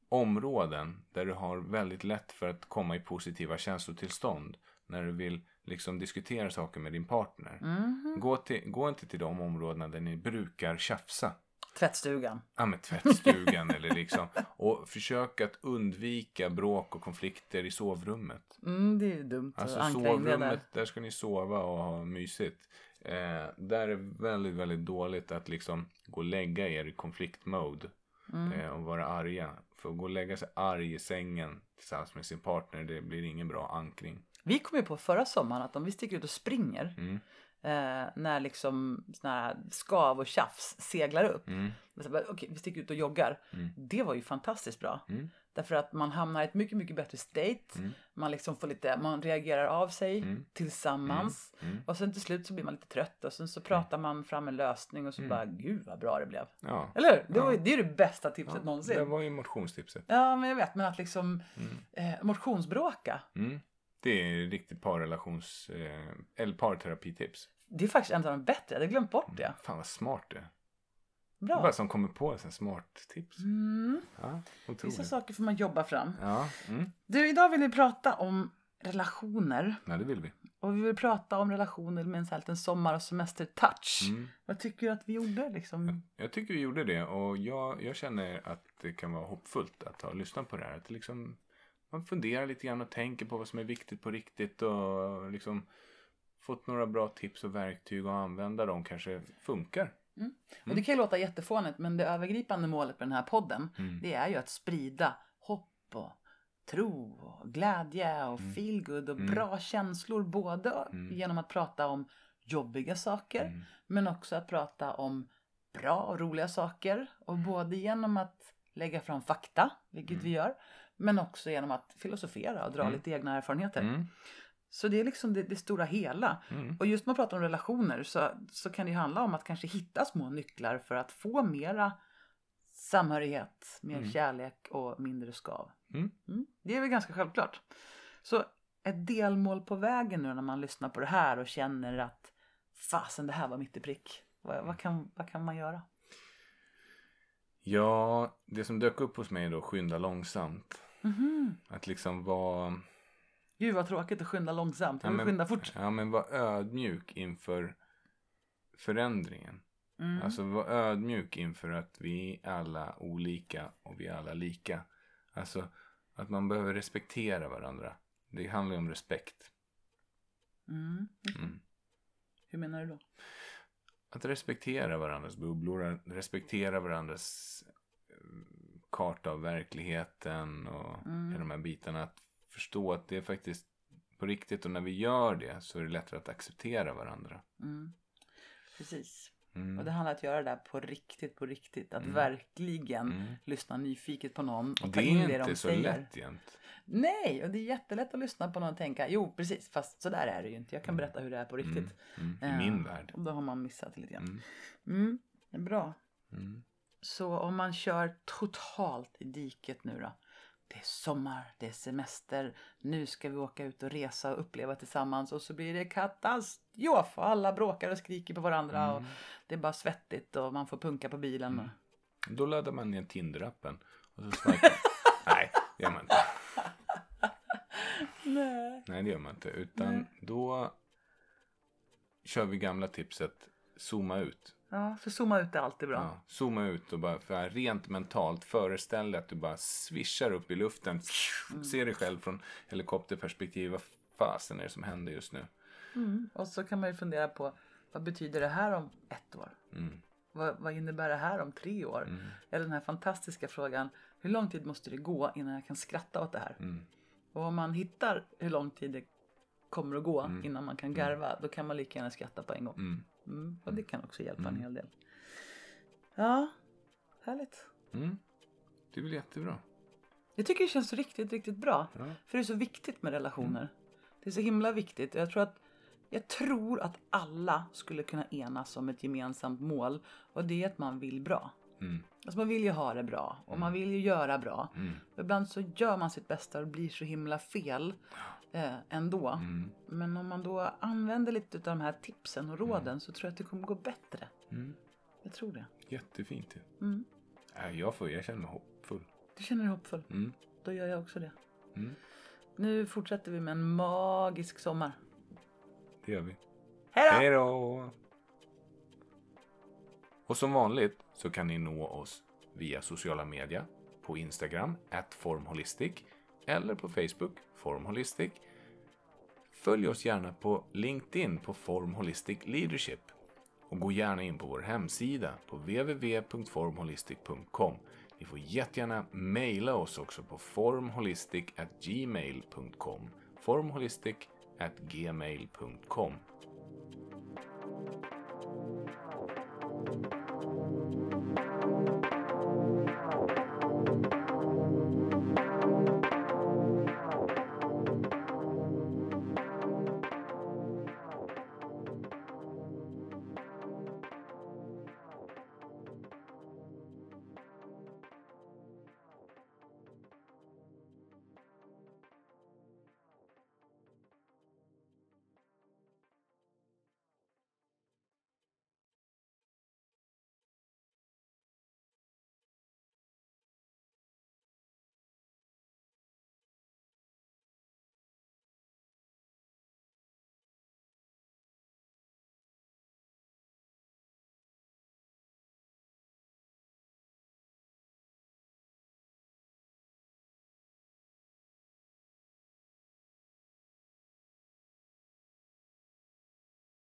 områden där du har väldigt lätt för att komma i positiva känslotillstånd. När du vill liksom diskutera saker med din partner. Mhm. Gå, till, gå inte till de områdena där ni brukar tjafsa. Tvättstugan. Ja, med tvättstugan eller liksom. Och försök att undvika bråk och konflikter i sovrummet. Mm, det är ju dumt Alltså att ankra in det där. sovrummet, där ska ni sova och ha mysigt. Eh, där är väldigt, väldigt dåligt att liksom gå och lägga er i konfliktmode. Mm. Eh, och vara arga. För att gå och lägga sig arg i sängen tillsammans med sin partner, det blir ingen bra ankring. Vi kom ju på förra sommaren att om vi sticker ut och springer. Mm. Eh, när liksom såna här skav och tjafs seglar upp. Mm. Så bara, Okej, vi sticker ut och joggar. Mm. Det var ju fantastiskt bra. Mm. Därför att man hamnar i ett mycket, mycket bättre state. Mm. Man liksom får lite, man reagerar av sig Mm. tillsammans. Mm. Mm. Och sen till slut så blir man lite trött. Och sen så pratar man fram en lösning och så Mm. bara, gud vad bra det blev. Ja. Eller hur? Det, Ja. var, ju- det är ju det bästa tipset Ja, någonsin. det var ju motionstipset. Ja, men jag vet. Men att liksom Mm. eh, motionsbråka. Mm. Det är riktigt parrelations eh, eller parterapitips. Det är faktiskt en av de bättre. Jag hade glömt bort det. Fan vad smart det är. Det är Bra. bara som kommer på en smart tips. Mm. Ja, Vissa otroligt. saker får man jobba fram. Ja, mm. Du, idag vill vi prata om relationer. Nej, det vill vi. Och vi vill prata om relationer med en sån här liten sommar- och semester-touch. Mm. Vad tycker du att vi gjorde liksom? Jag tycker vi gjorde det och jag, jag känner att det kan vara hoppfullt att ha lyssnat på det här. Att liksom, man funderar lite grann och tänker på vad som är viktigt på riktigt och liksom fått några bra tips och verktyg och använda dem kanske funkar. Mm. Och det kan ju låta jättefånigt, men det övergripande målet med den här podden, Mm. det är ju att sprida hopp och tro och glädje och Mm. feel good och Mm. bra känslor. Både Mm. genom att prata om jobbiga saker, Mm. men också att prata om bra och roliga saker. Och både genom att lägga fram fakta, vilket Mm. vi gör, men också genom att filosofera och dra Mm. lite egna erfarenheter. Mm. Så det är liksom det, det stora hela. Mm. Och just när man pratar om relationer så, så kan det ju handla om att kanske hitta små nycklar för att få mera samhörighet, mer Mm. kärlek och mindre skav. Mm. Mm. Det är väl ganska självklart. Så ett delmål på vägen nu när man lyssnar på det här och känner att fasen, det här var mitt i prick. Vad, vad, kan, vad kan man göra? Ja, det som dök upp hos mig då, skynda långsamt. Mhm. Att liksom vara... Gud vad tråkigt att skynda långsamt. Jag vill men, skynda fort. Ja, men var ödmjuk inför förändringen. Mm. Alltså var ödmjuk inför att vi är alla olika och vi är alla lika. Alltså att man behöver respektera varandra. Det handlar ju om respekt. Mm. Mm. Hur menar du då? Att respektera varandras bubblor, respektera varandras eh, karta av verkligheten och Mm. de här bitarna. Att förstå att det är faktiskt på riktigt och när vi gör det så är det lättare att acceptera varandra. Mm. Precis. Mm. Och det handlar om att göra det där på riktigt, på riktigt. Att Mm. verkligen Mm. lyssna nyfiket på någon och Och ta det in är det de inte så säger. lätt jämt. Nej, och det är jättelätt att lyssna på någon och tänka, jo precis, fast så där är det ju inte. Jag kan berätta hur det är på riktigt. Mm. Mm. I Eh, min värld. Och då har man missat lite grann. Mm. Mm, det är bra. Mm. Så om man kör totalt i diket nu då. Det är sommar, det är semester. Nu ska vi åka ut och resa och uppleva tillsammans. Och så blir det katastrof. Och alla bråkar och skriker på varandra. Mm. Och det är bara svettigt och man får punka på bilen. Mm. Då laddar man ner Tinder-appen. Och så swipar. Nej, det gör man inte. Nej. Nej, det gör man inte. Utan Nej. då kör vi gamla tipset zooma ut. Ja, för zooma ut är alltid bra. Ja, zooma ut och bara för rent mentalt föreställ dig att du bara svischar upp i luften. Mm. Ser dig själv från helikopterperspektiv. Vad fasen är det som händer just nu? Mm. Och så kan man ju fundera på, vad betyder det här om ett år? Mm. Vad, vad innebär det här om tre år? Mm. Eller den här fantastiska frågan, hur lång tid måste det gå innan jag kan skratta åt det här? Mm. Och om man hittar hur lång tid det kommer att gå Mm. innan man kan garva, då kan man lika gärna skratta på en gång. Mm. Mm. Och det kan också hjälpa Mm. en hel del. Ja, härligt. Mm. Det är väl jättebra. Jag tycker det känns riktigt, riktigt bra. Ja. För det är så viktigt med relationer. Det är så himla viktigt. Jag tror att Jag tror att alla skulle kunna enas om ett gemensamt mål. Och det är att man vill bra. Mm. Alltså man vill ju ha det bra. Och man vill ju göra bra. Mm. Ibland så gör man sitt bästa och det blir så himla fel eh, ändå. Mm. Men om man då använder lite av de här tipsen och råden så tror jag att det kommer gå bättre. Mm. Jag tror det. Jättefint. Mm. Äh, jag, får, jag känner mig hoppfull. Du känner dig hoppfull. Mm. Då gör jag också det. Mm. Nu fortsätter vi med en magisk sommar. Det gör vi. Hej då! Hej då! Och som vanligt så kan ni nå oss via sociala medier. På Instagram, at formholistic. Eller på Facebook, formholistic. Följ oss gärna på LinkedIn på Form Holistic Leadership. Och gå gärna in på vår hemsida på w w w punkt formholistic punkt com. Ni får jättegärna mejla oss också på formholistic at gmail punkt com. formholistic at gmail punkt com.